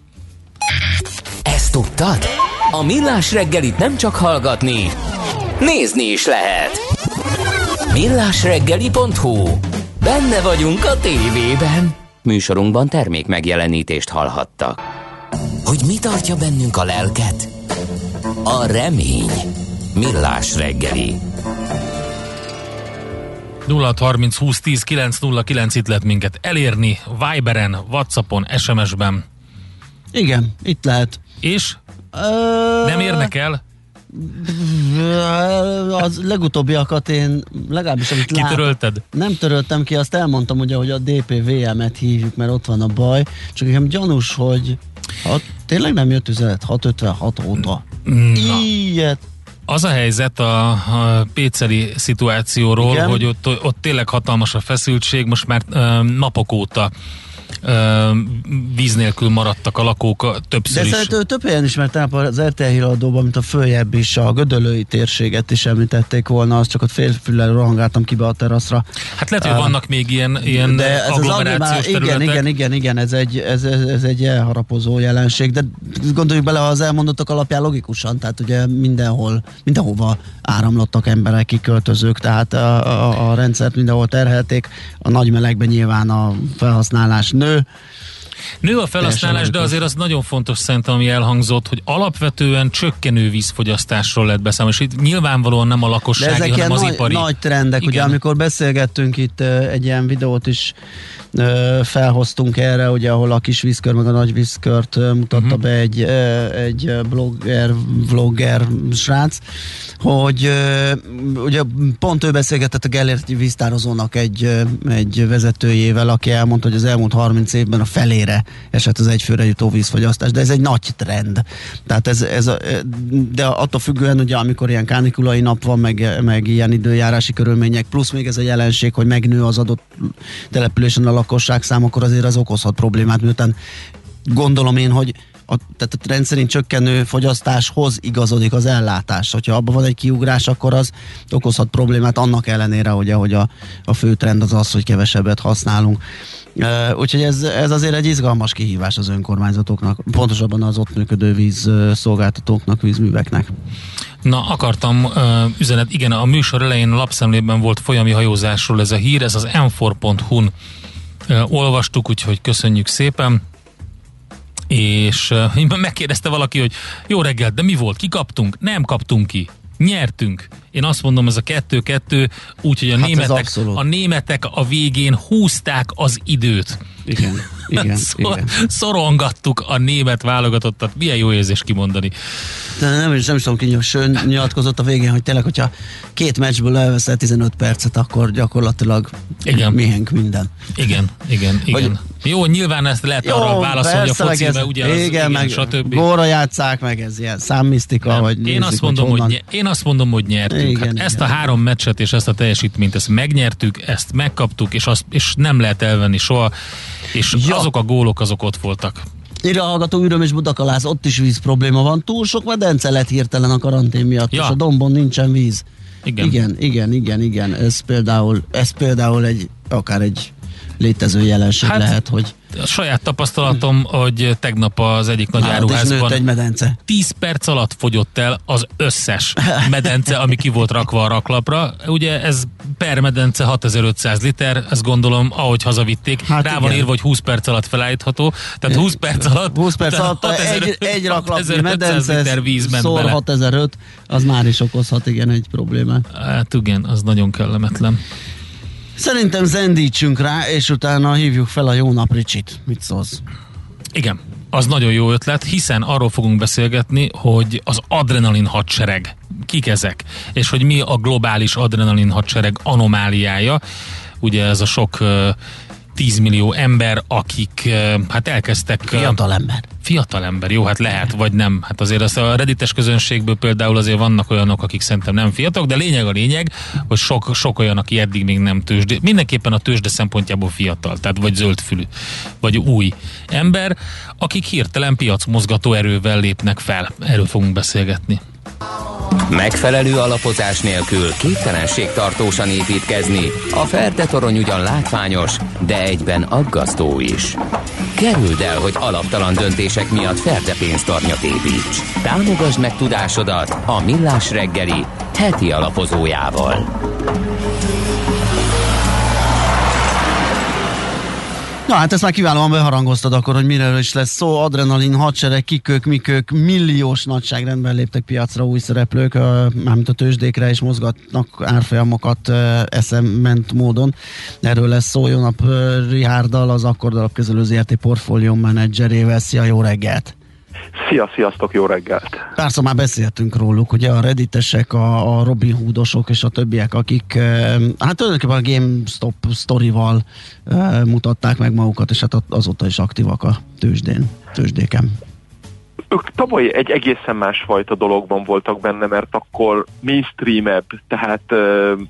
Ezt tudtad? A Millás reggelit nem csak hallgatni, nézni is lehet. millásreggeli.hu. Benne vagyunk a tévében. Műsorunkban termék megjelenítést hallhattak. Hogy mi tartja bennünk a lelket? A remény. Millás reggeli. 0630 20 10 909 itt lehet minket elérni, Viberen, Whatsappon, SMS-ben. Igen, itt lehet. És? Nem érnek el? Az legutóbbiakat én legalábbis amit kitörölted? Nem töröltem ki, azt elmondtam ugye, hogy a DPVM-et hívjuk, mert ott van a baj, csak nekem gyanús, hogy tényleg nem jött üzenet 656 óta. Ilyet. Az a helyzet a péceli szituációról, igen, hogy ott tényleg hatalmas a feszültség, most már napok óta víz nélkül maradtak a lakók többször is. De több helyen ismert az RTL híradóban, mint a följebb is, a gödöllői térséget is említették volna, az csak ott félfüllel rohangáltam ki be a teraszra. Hát lehet, hogy vannak még ilyen agglomerációs területek. Igen, ez egy elharapozó jelenség, de gondoljuk bele, ha az elmondottak alapján logikusan, tehát ugye mindenhova áramlottak emberek, kiköltözők, tehát a rendszert mindenhol terhelték, a nagy melegben nyilván a felhasználás nő a felhasználás, de azért az nagyon fontos szerintem, ami elhangzott, hogy alapvetően csökkenő vízfogyasztásról lehet beszámolni, és itt nyilvánvalóan nem a lakossági, hanem az ipari. Nagy trendek, igen. Ugye amikor beszélgettünk itt egy ilyen videót is felhoztunk erre, ugye, ahol a kis vízkör meg a nagy vízkört mutatta be egy vlogger srác, hogy ugye pont ő beszélgetett a Gellérti víztározónak egy vezetőjével, aki elmondta, hogy az elmúlt 30 évben a felére esett az egyfőre jutó vízfogyasztás, de ez egy nagy trend. Tehát de attól függően, ugye, amikor ilyen kánikulai nap van, meg ilyen időjárási körülmények, plusz még ez a jelenség, hogy megnő az adott településen a lakosság szám, akkor azért az okozhat problémát, miután gondolom én, hogy tehát a rendszerint csökkenő fogyasztáshoz igazodik az ellátás. Hogyha abban van egy kiugrás, akkor az okozhat problémát, annak ellenére, ugye, hogy a fő trend az, hogy kevesebbet használunk. Úgyhogy ez azért egy izgalmas kihívás az önkormányzatoknak, pontosabban az ott működő vízszolgáltatóknak, vízműveknek. Na, akartam üzenet, igen, a műsor elején a lapszemlében volt folyami hajózásról ez a hír, ez az m4.hu-n olvastuk, úgyhogy köszönjük szépen. És megkérdezte valaki, hogy jó reggelt, de mi volt? Kikaptunk? Nem kaptunk ki. Nyertünk. Én azt mondom, ez a 2-2, úgyhogy a németek a végén húzták az időt. Igen. Szorongattuk a német válogatottat. Milyen jó érzés kimondani. De nem is tudom, ki nyilatkozott a végén, hogy tényleg, hogyha 2 meccsből elveszel 15 percet, akkor gyakorlatilag mihenk minden. Igen. Jó, nyilván ezt lehet arra válaszolni, hogy a focibe ugyanaz, igen, stb. Góra játsszák, meg ez ilyen számmisztika, hogy én azt mondom, hogy nyertünk. Igen. Ezt a 3 meccset és ezt a teljesítményt, ezt megnyertük, ezt megkaptuk, és nem lehet elvenni soha, és azok a gólok, azok ott voltak. Írja a hallgató, Üröm és Budakalász, ott is víz probléma van. Túl sok medence lett hirtelen a karantén miatt, és a dombon nincsen víz. Igen. Ez például akár egy létező jelenség lehet, hogy... A saját tapasztalatom, hogy tegnap az egyik nagy áruházban egy medence. 10 perc alatt fogyott el az összes medence, ami ki volt rakva a raklapra. Ugye ez per medence 6500 liter, ezt gondolom, ahogy hazavitték. Rá van írva, hogy 20 perc alatt felállítható. Tehát 20 perc alatt egy raklapnyi medence szor 6005, az már is okozhat egy problémát. Hát igen, az nagyon kellemetlen. Szerintem zendítsünk rá, és utána hívjuk fel a Jó Nap Ricsit. Mit szólsz? Igen, az nagyon jó ötlet, hiszen arról fogunk beszélgetni, hogy az adrenalin hadsereg, kik ezek, és hogy mi a globális adrenalin hadsereg anomáliája. Ugye ez a sok 10 millió ember, akik hát elkezdtek... Fiatal ember, jó, hát lehet, vagy nem. Hát azért az a reddites közönségből például azért vannak olyanok, akik szerintem nem fiatalok, de a lényeg, hogy sok olyan, aki eddig még nem tőzsde. Mindenképpen a tőzsde szempontjából fiatal, tehát vagy zöldfülű, vagy új ember, akik hirtelen piacmozgató erővel lépnek fel. Erről fogunk beszélgetni. Megfelelő alapozás nélkül képtelenség tartósan építkezni. A Ferde torony ugyan látványos, de egyben aggasztó is. Kerüld el, hogy alaptalan döntések miatt Ferde pénztarnyat építs. Támogasd meg tudásodat a Millás reggeli heti alapozójával. Na hát ezt már kiválóan beharangoztad akkor, hogy miről is lesz szó. Adrenalin hadsereg, kikők, mikők, milliós nagyságrendben léptek piacra új szereplők, mármint a tőzsdékre, és mozgatnak árfolyamokat eszement módon. Erről lesz szó. Jó nap Rihárdal, az Akkord Alapkezelő ZRT portfólió menedzserével. Szia, jó reggelt! Sziasztok, jó reggelt! Párszor már beszéltünk róluk, ugye a redditesek, a Robin Hoodosok és a többiek, akik hát tulajdonképpen a GameStop sztorival mutatták meg magukat, és hát azóta is aktívak a tőzsdéken. Ők tavaly egy egészen másfajta dologban voltak benne, mert akkor mainstreamebb, tehát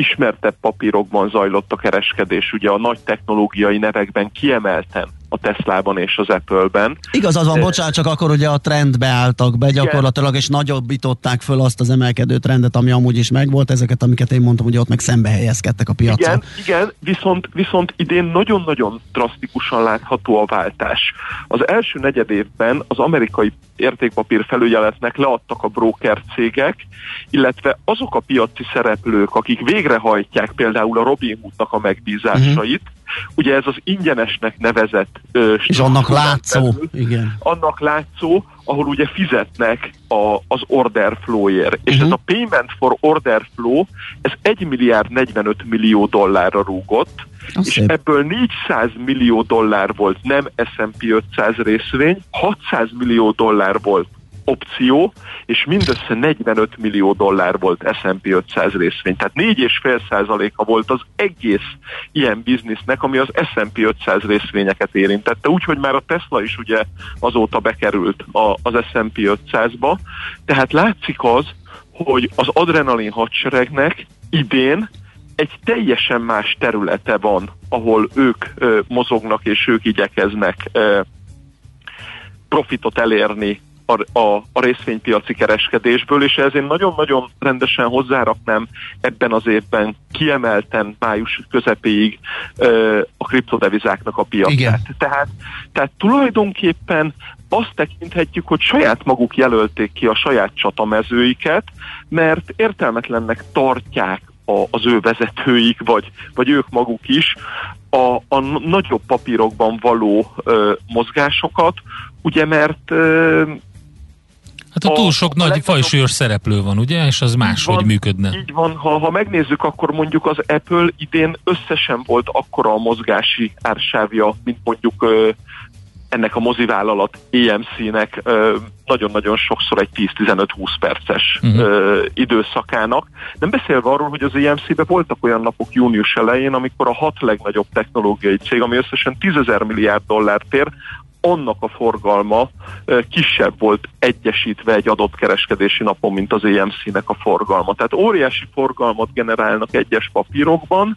legismertebb papírokban zajlott a kereskedés, ugye a nagy technológiai nevekben kiemelten a Teslában és az Apple-ben. Igazad van, bocsánat, csak akkor ugye a trendbe álltak be gyakorlatilag, és nagyobbították föl azt az emelkedő trendet, ami amúgy is megvolt, ezeket, amiket én mondtam, ugye ott meg szembe helyezkedtek a piacon. Igen, viszont idén nagyon-nagyon drasztikusan látható a váltás. Az első negyedévben az amerikai értékpapír felügyeletnek leadtak a broker cégek, illetve azok a piaci szereplők, akik végrehajtják például a Robinhoodnak a megbízásait, ugye ez az ingyenesnek nevezett és annak látszó, igen. Annak látszó, ahol ugye fizetnek az order flow-ért. És ez a payment for order flow, ez 1 milliárd 45 millió dollárra rúgott, és ebből 400 millió dollár volt nem S&P 500 részvény, 600 millió dollár volt opció, és mindössze 45 millió dollár volt S&P 500 részvény. Tehát 4,5%-a volt az egész ilyen biznisznek, ami az S&P 500 részvényeket érintette. Úgyhogy már a Tesla is ugye azóta bekerült az S&P 500-ba. Tehát látszik az, hogy az adrenalin hadseregnek idén egy teljesen más területe van, ahol ők mozognak és ők igyekeznek profitot elérni a részvénypiaci kereskedésből, és ezért nagyon-nagyon rendesen hozzáraknám ebben az évben kiemelten május közepéig a kriptodevizáknak a piacát. Tehát tulajdonképpen azt tekinthetjük, hogy saját maguk jelölték ki a saját csatamezőiket, mert értelmetlennek tartják az ő vezetőik, vagy ők maguk is a nagyobb papírokban való mozgásokat, ugye mert hát túl sok nagy fajsúlyos szereplő van, ugye? És az máshogy működne. Így van, ha megnézzük, akkor mondjuk az Apple idén összesen volt akkora a mozgási ársávja, mint mondjuk ennek a mozivállalat EMC-nek nagyon-nagyon sokszor egy 10-15-20 perces időszakának. Nem beszélve arról, hogy az EMC-ben voltak olyan napok június elején, amikor a 6 legnagyobb technológiai cég, ami összesen 10 000 milliárd dollárt ér, annak a forgalma kisebb volt egyesítve egy adott kereskedési napon, mint az EMC-nek a forgalma. Tehát óriási forgalmat generálnak egyes papírokban,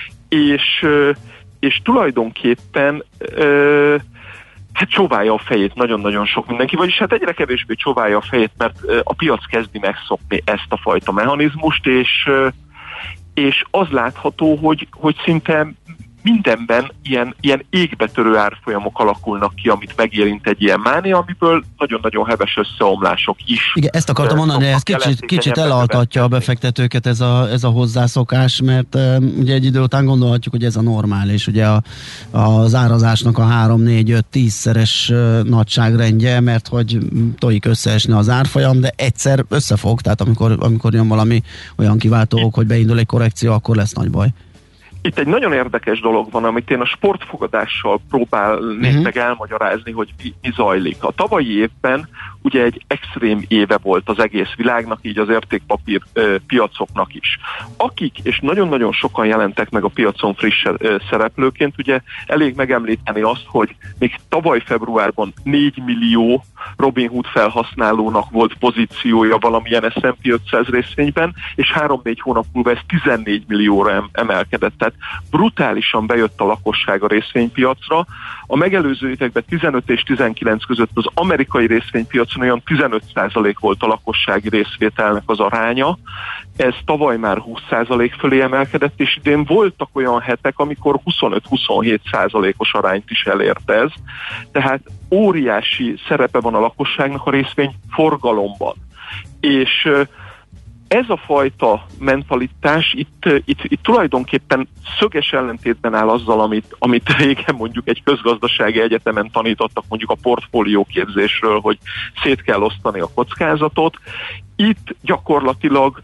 és tulajdonképpen hát csóválja a fejét nagyon-nagyon sok mindenki, vagyis hát egyre kevésbé csóválja a fejét, mert a piac kezdi megszokni ezt a fajta mechanizmust, és az látható, hogy szinte mindenben ilyen égbetörő árfolyamok alakulnak ki, amit megérint egy ilyen mánia, amiből nagyon-nagyon heves összeomlások is. Igen, ezt akartam mondani, hogy ez kicsit elaltatja a befektetőket ez a hozzászokás, mert ugye egy idő után gondolhatjuk, hogy ez a normális, ugye az árazásnak a 3-4-5-10-szeres nagyságrendje, mert hogy tojik összeesni az árfolyam, de egyszer összefog, tehát amikor jön valami olyan kiváltó ok, hogy beindul egy korrekció, akkor lesz nagy baj. Itt egy nagyon érdekes dolog van, amit én a sportfogadással próbálnék meg elmagyarázni, hogy mi zajlik. A tavalyi évben ugye egy extrém éve volt az egész világnak, így az értékpapír piacoknak is. Akik, és nagyon-nagyon sokan jelentek meg a piacon friss szereplőként, ugye elég megemlíteni azt, hogy még tavaly februárban 4 millió Robinhood felhasználónak volt pozíciója valamilyen S&P 500 részvényben, és 3-4 hónap múlva ez 14 millióra emelkedett. Tehát brutálisan bejött a lakosság a részvénypiacra. A megelőző években 15 és 19 között az amerikai részvénypiacon olyan 15% volt a lakossági részvételnek az aránya. Ez tavaly már 20% fölé emelkedett, és idén voltak olyan hetek, amikor 25-27%-os arányt is elért ez. Tehát óriási szerepe van a lakosságnak a részvény forgalomban. És ez a fajta mentalitás itt tulajdonképpen szöges ellentétben áll azzal, amit régen mondjuk egy közgazdasági egyetemen tanítottak mondjuk a portfólióképzésről, hogy szét kell osztani a kockázatot. Itt gyakorlatilag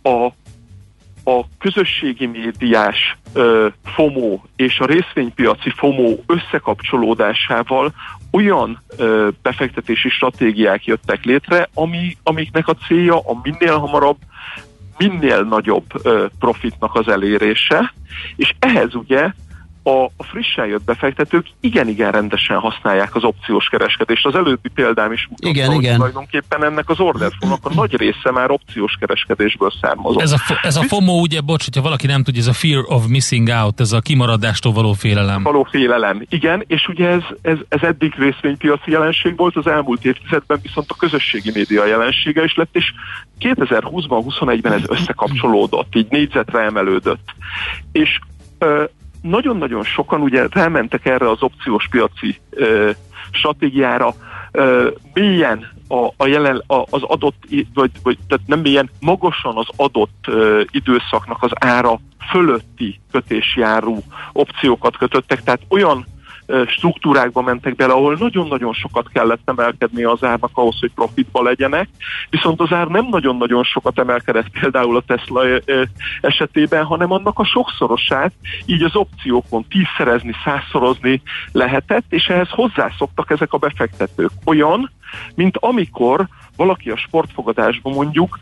a közösségi médiás FOMO és a részvénypiaci FOMO összekapcsolódásával olyan befektetési stratégiák jöttek létre, amiknek a célja a minél hamarabb, minél nagyobb profitnak az elérése, és ehhez ugye a frissen jött befektetők igen rendesen használják az opciós kereskedést. Az előbbi példám is mutatta, hogy tulajdonképpen ennek az order flow-nak a nagy része már opciós kereskedésből származott. Ez a FOMO, ugye, bocs, hogyha valaki nem tudja, ez a fear of missing out, ez a kimaradástól való félelem. Igen, és ugye ez eddig részvénypiaci jelenség volt, az elmúlt évtizedben viszont a közösségi média jelensége is lett, és 2020-ban, 21-ben ez összekapcsolódott, így négyzetre emelődött. És nagyon-nagyon sokan ugye rámentek erre az opciós piaci stratégiára, mélyen az adott, vagy tehát nem mélyen, magasan az adott időszaknak az ára fölötti kötésjárú opciókat kötöttek, tehát olyan struktúrákba mentek bele, ahol nagyon-nagyon sokat kellett emelkedni az árnak ahhoz, hogy profitba legyenek, viszont az ár nem nagyon-nagyon sokat emelkedett például a Tesla esetében, hanem annak a sokszorosát így az opciókon 10-szerezni, 100-szorozni lehetett, és ehhez hozzászoktak ezek a befektetők. Olyan, mint amikor valaki a sportfogadásban mondjuk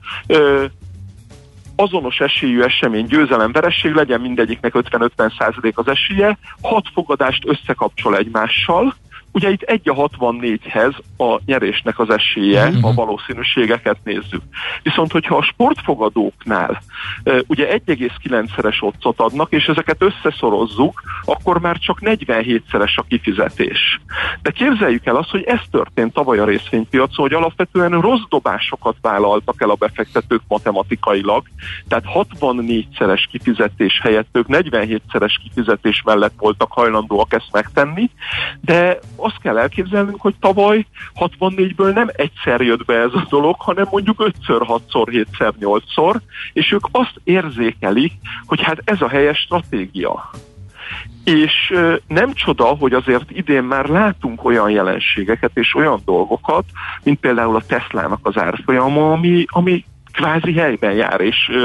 azonos esélyű esemény, győzelem, veresség, legyen mindegyiknek 50-50% az esélye, 6 fogadást összekapcsol egymással, ugye itt 1/64-hez a nyerésnek az esélye, a valószínűségeket nézzük. Viszont, hogyha a sportfogadóknál ugye 1,9-szeres oddszot adnak, és ezeket összeszorozzuk, akkor már csak 47-szeres a kifizetés. De képzeljük el azt, hogy ez történt tavaly a részvénypiacon, hogy alapvetően rossz dobásokat vállaltak el a befektetők matematikailag, tehát 64-szeres kifizetés helyett ők 47-szeres kifizetés mellett voltak hajlandóak ezt megtenni, de azt kell elképzelnünk, hogy tavaly 64-ből nem egyszer jött be ez a dolog, hanem mondjuk 5-6-szor, 7-szer, 8-szor, és ők azt érzékelik, hogy hát ez a helyes stratégia. És nem csoda, hogy azért idén már látunk olyan jelenségeket és olyan dolgokat, mint például a Teslának az árfolyama, ami kvázi helyben jár,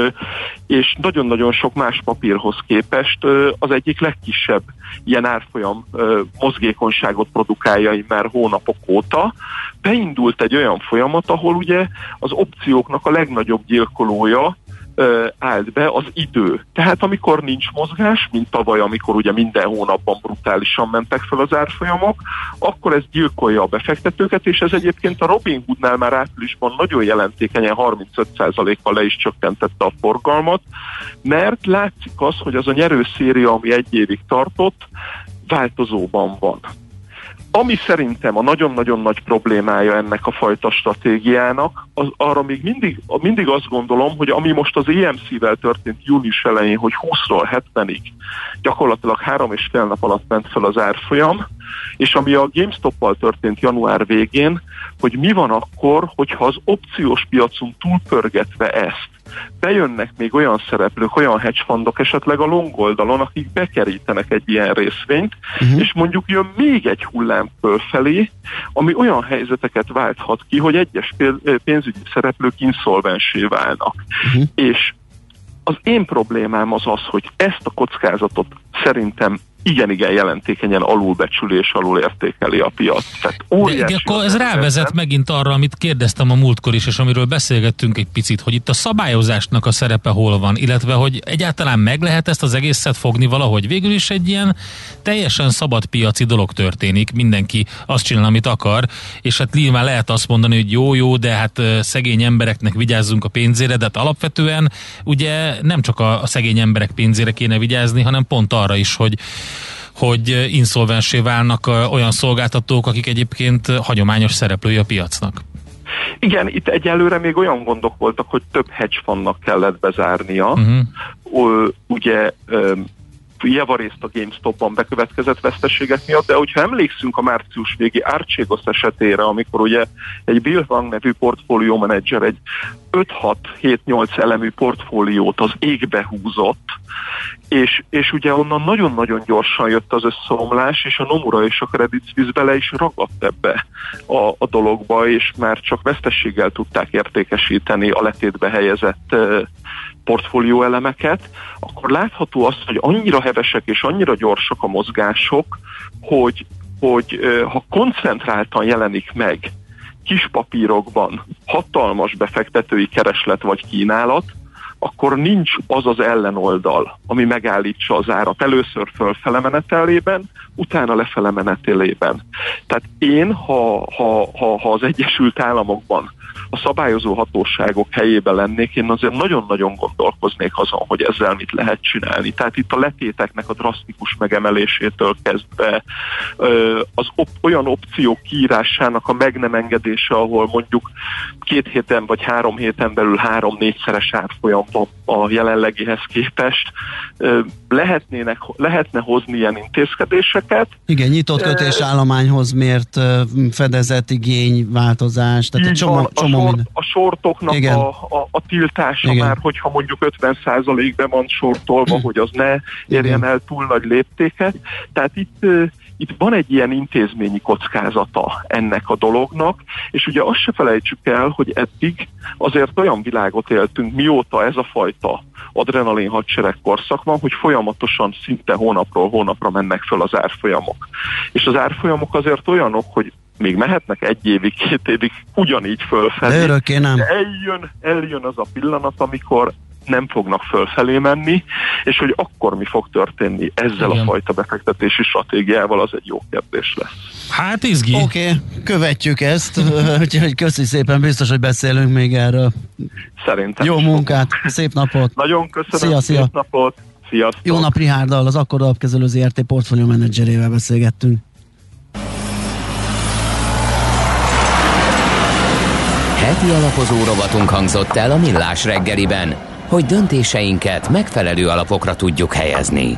és nagyon-nagyon sok más papírhoz képest az egyik legkisebb ilyen árfolyam mozgékonyságot produkálja már hónapok óta. Beindult egy olyan folyamat, ahol ugye az opcióknak a legnagyobb gyilkolója állt be az idő. Tehát amikor nincs mozgás, mint tavaly, amikor ugye minden hónapban brutálisan mentek fel az árfolyamok, akkor ez gyilkolja a befektetőket, és ez egyébként a Robinhoodnál már áprilisban nagyon jelentékenyen 35%-kal le is csökkentette a forgalmat, mert látszik az, hogy az a nyerőszéria, ami egy évig tartott, változóban van. Ami szerintem a nagyon-nagyon nagy problémája ennek a fajta stratégiának, arra még mindig azt gondolom, hogy ami most az EMC-vel történt június elején, hogy 20-ról 70-ig gyakorlatilag 3,5 nap alatt ment fel az árfolyam, és ami a GameStop-pal történt január végén, hogy mi van akkor, hogyha az opciós piacon túlpörgetve ezt bejönnek még olyan szereplők, olyan hedge fundok esetleg a long oldalon, akik bekerítenek egy ilyen részvényt, és mondjuk jön még egy hullám fölfelé, ami olyan helyzeteket válthat ki, hogy egyes pénzügyi szereplők inszolvensé válnak. És az én problémám az, hogy ezt a kockázatot szerintem igen jelentékenyen alulbecsüli és alulértékeli a piac. De akkor ez rávezet megint arra, amit kérdeztem a múltkor is, és amiről beszélgettünk egy picit, hogy itt a szabályozásnak a szerepe hol van, illetve hogy egyáltalán meg lehet ezt az egészet fogni valahogy. Végül is egy ilyen teljesen szabad piaci dolog történik, mindenki azt csinál, amit akar, és hát nyilván lehet azt mondani, hogy jó, de hát szegény embereknek vigyázzunk a pénzére, de hát alapvetően ugye nem csak a szegény emberek pénzére kéne vigyázni, hanem pont arra is, hogy inszolvensé válnak olyan szolgáltatók, akik egyébként hagyományos szereplői a piacnak. Igen, itt egyelőre még olyan gondok voltak, hogy több hedge fundnak kellett bezárnia. Ugye javarészt a GameStop-ban bekövetkezett veszteségek miatt, de hogyha emlékszünk a március végi Archegos esetére, amikor ugye egy Bill Wang nevű portfólió menedzser egy 5-6-7-8 elemű portfóliót az égbe húzott, és ugye onnan nagyon-nagyon gyorsan jött az összeomlás, és a Nomura és a Credit Suisse bele is ragadt ebbe a dologba, és már csak vesztességgel tudták értékesíteni a letétbe helyezett portfólió elemeket, akkor látható az, hogy annyira hevesek és annyira gyorsak a mozgások, hogy ha koncentráltan jelenik meg kis papírokban hatalmas befektetői kereslet vagy kínálat, akkor nincs az az ellenoldal, ami megállítsa az árat először fölfele menetelében, utána lefele menetelében. Tehát én, ha az Egyesült Államokban a szabályozó hatóságok helyében lennék, én azért nagyon-nagyon gondolkoznék azon, hogy ezzel mit lehet csinálni. Tehát itt a letéteknek a drasztikus megemelésétől kezdve olyan opciók kiírásának a meg nem engedése, ahol mondjuk 2 héten vagy 3 héten belül 3-4-szeres árfolyam van a jelenlegihez képest. Lehetne hozni ilyen intézkedéseket. Igen, nyitott kötésállományhoz mért fedezetigény változás, tehát egy csomó a sortoknak a tiltása már, hogyha mondjuk 50%-ben van sortolva, hogy az ne érjen el túl nagy léptéket. Tehát itt van egy ilyen intézményi kockázata ennek a dolognak, és ugye azt se felejtsük el, hogy eddig azért olyan világot éltünk, mióta ez a fajta adrenalin hadsereg korszak van, hogy folyamatosan szinte hónapról hónapra mennek föl az árfolyamok. És az árfolyamok azért olyanok, hogy még mehetnek 1 évig, 2 évig ugyanígy fölfelé. De örökké nem. De eljön az a pillanat, amikor nem fognak fölfelé menni, és hogy akkor mi fog történni ezzel a fajta befektetési stratégiával, az egy jó kérdés lesz. Hát izgi. Oké, követjük ezt, úgyhogy köszi szépen, biztos, hogy beszélünk még erről. Szerintem. Jó munkát, szép napot. Nagyon köszönöm, szép napot. Sziasztok. Jó nap, Rihárdal, az Akkor Alapkezelő ZRT portfólió menedzserével beszélgettünk. Heti alapozó rovatunk hangzott el a Millás reggeliben, hogy döntéseinket megfelelő alapokra tudjuk helyezni.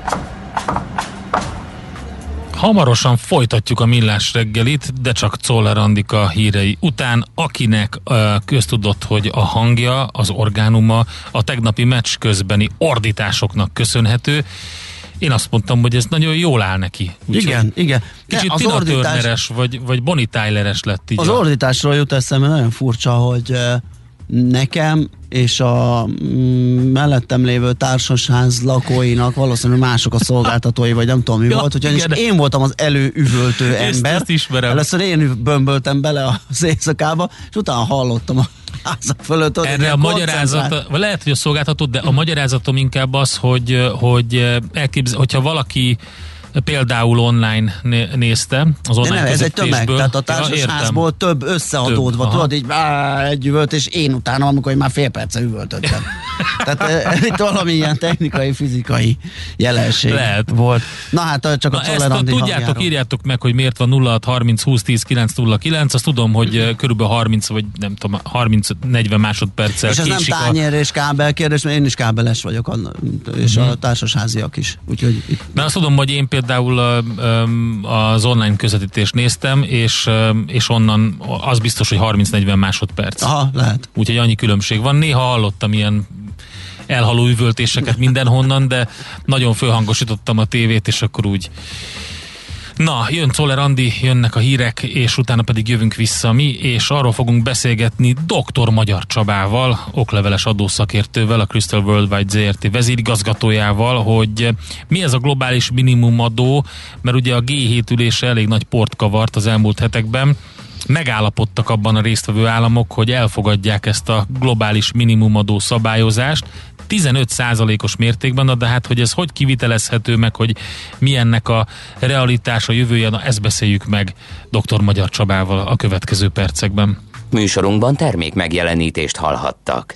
Hamarosan folytatjuk a Millás reggelit, de csak Czoller Andika hírei után, akinek köztudott, hogy a hangja, az orgánuma a tegnapi meccs közbeni ordításoknak köszönhető. Én azt mondtam, hogy ez nagyon jól áll neki. Igen. Kicsit Tina Turneres, vagy Bonnie Tyleres lett így. Az ordításról jut eszembe, nagyon furcsa, hogy nekem és a mellettem lévő társasház lakóinak valószínűleg mások a szolgáltatói, vagy nem tudom mi volt, ugyanis én voltam az előüvöltő ember. Ezt ismerem. Először én bömböltem bele az éjszakába, és utána hallottam a házak fölött. Erre a magyarázat, lehet, hogy a szolgáltató, de a magyarázatom inkább az, hogy hogyha valaki például online nézte, az online ez egy tömeg, tehát a társasházból több összeadódva, tudod, így egy üvölt, és én utána, amikor én már fél perce üvöltöttem. Tehát itt valami ilyen technikai, fizikai jelenség volt. Na hát csak a Czoller Andi tudjátok, írjátok meg, hogy miért van 06 30 20 10 909, azt tudom, hogy körülbelül 30 vagy nem tudom, 30-40 másodperccel és ez nem tányér és kábel kérdés, mert én is kábeles vagyok, és a társasháziak is. Úgyhogy de azt tudom, hogy én például az online közvetítést néztem, és onnan az biztos, hogy 30-40 másodperc. Aha, lehet. Úgyhogy annyi különbség van. Néha hallottam ilyen elhaló üvöltéseket mindenhonnan, de nagyon fölhangosítottam a tévét, és akkor úgy. Na, jön Czoller Andi, jönnek a hírek, és utána pedig jövünk vissza mi, és arról fogunk beszélgetni Dr. Magyar Csabával, okleveles adószakértővel, a Crystal Worldwide ZRT vezérigazgatójával, hogy mi ez a globális minimumadó, mert ugye a G7 ülése elég nagy port kavart az elmúlt hetekben. Megállapodtak abban a résztvevő államok, hogy elfogadják ezt a globális minimumadó szabályozást, 15%-os mértékben, de hát, hogy ez hogy kivitelezhető meg, hogy mi ennek a realitás, a jövője, na ezt beszéljük meg Dr. Magyar Csabával a következő percekben. Műsorunkban termék megjelenítést hallhattak.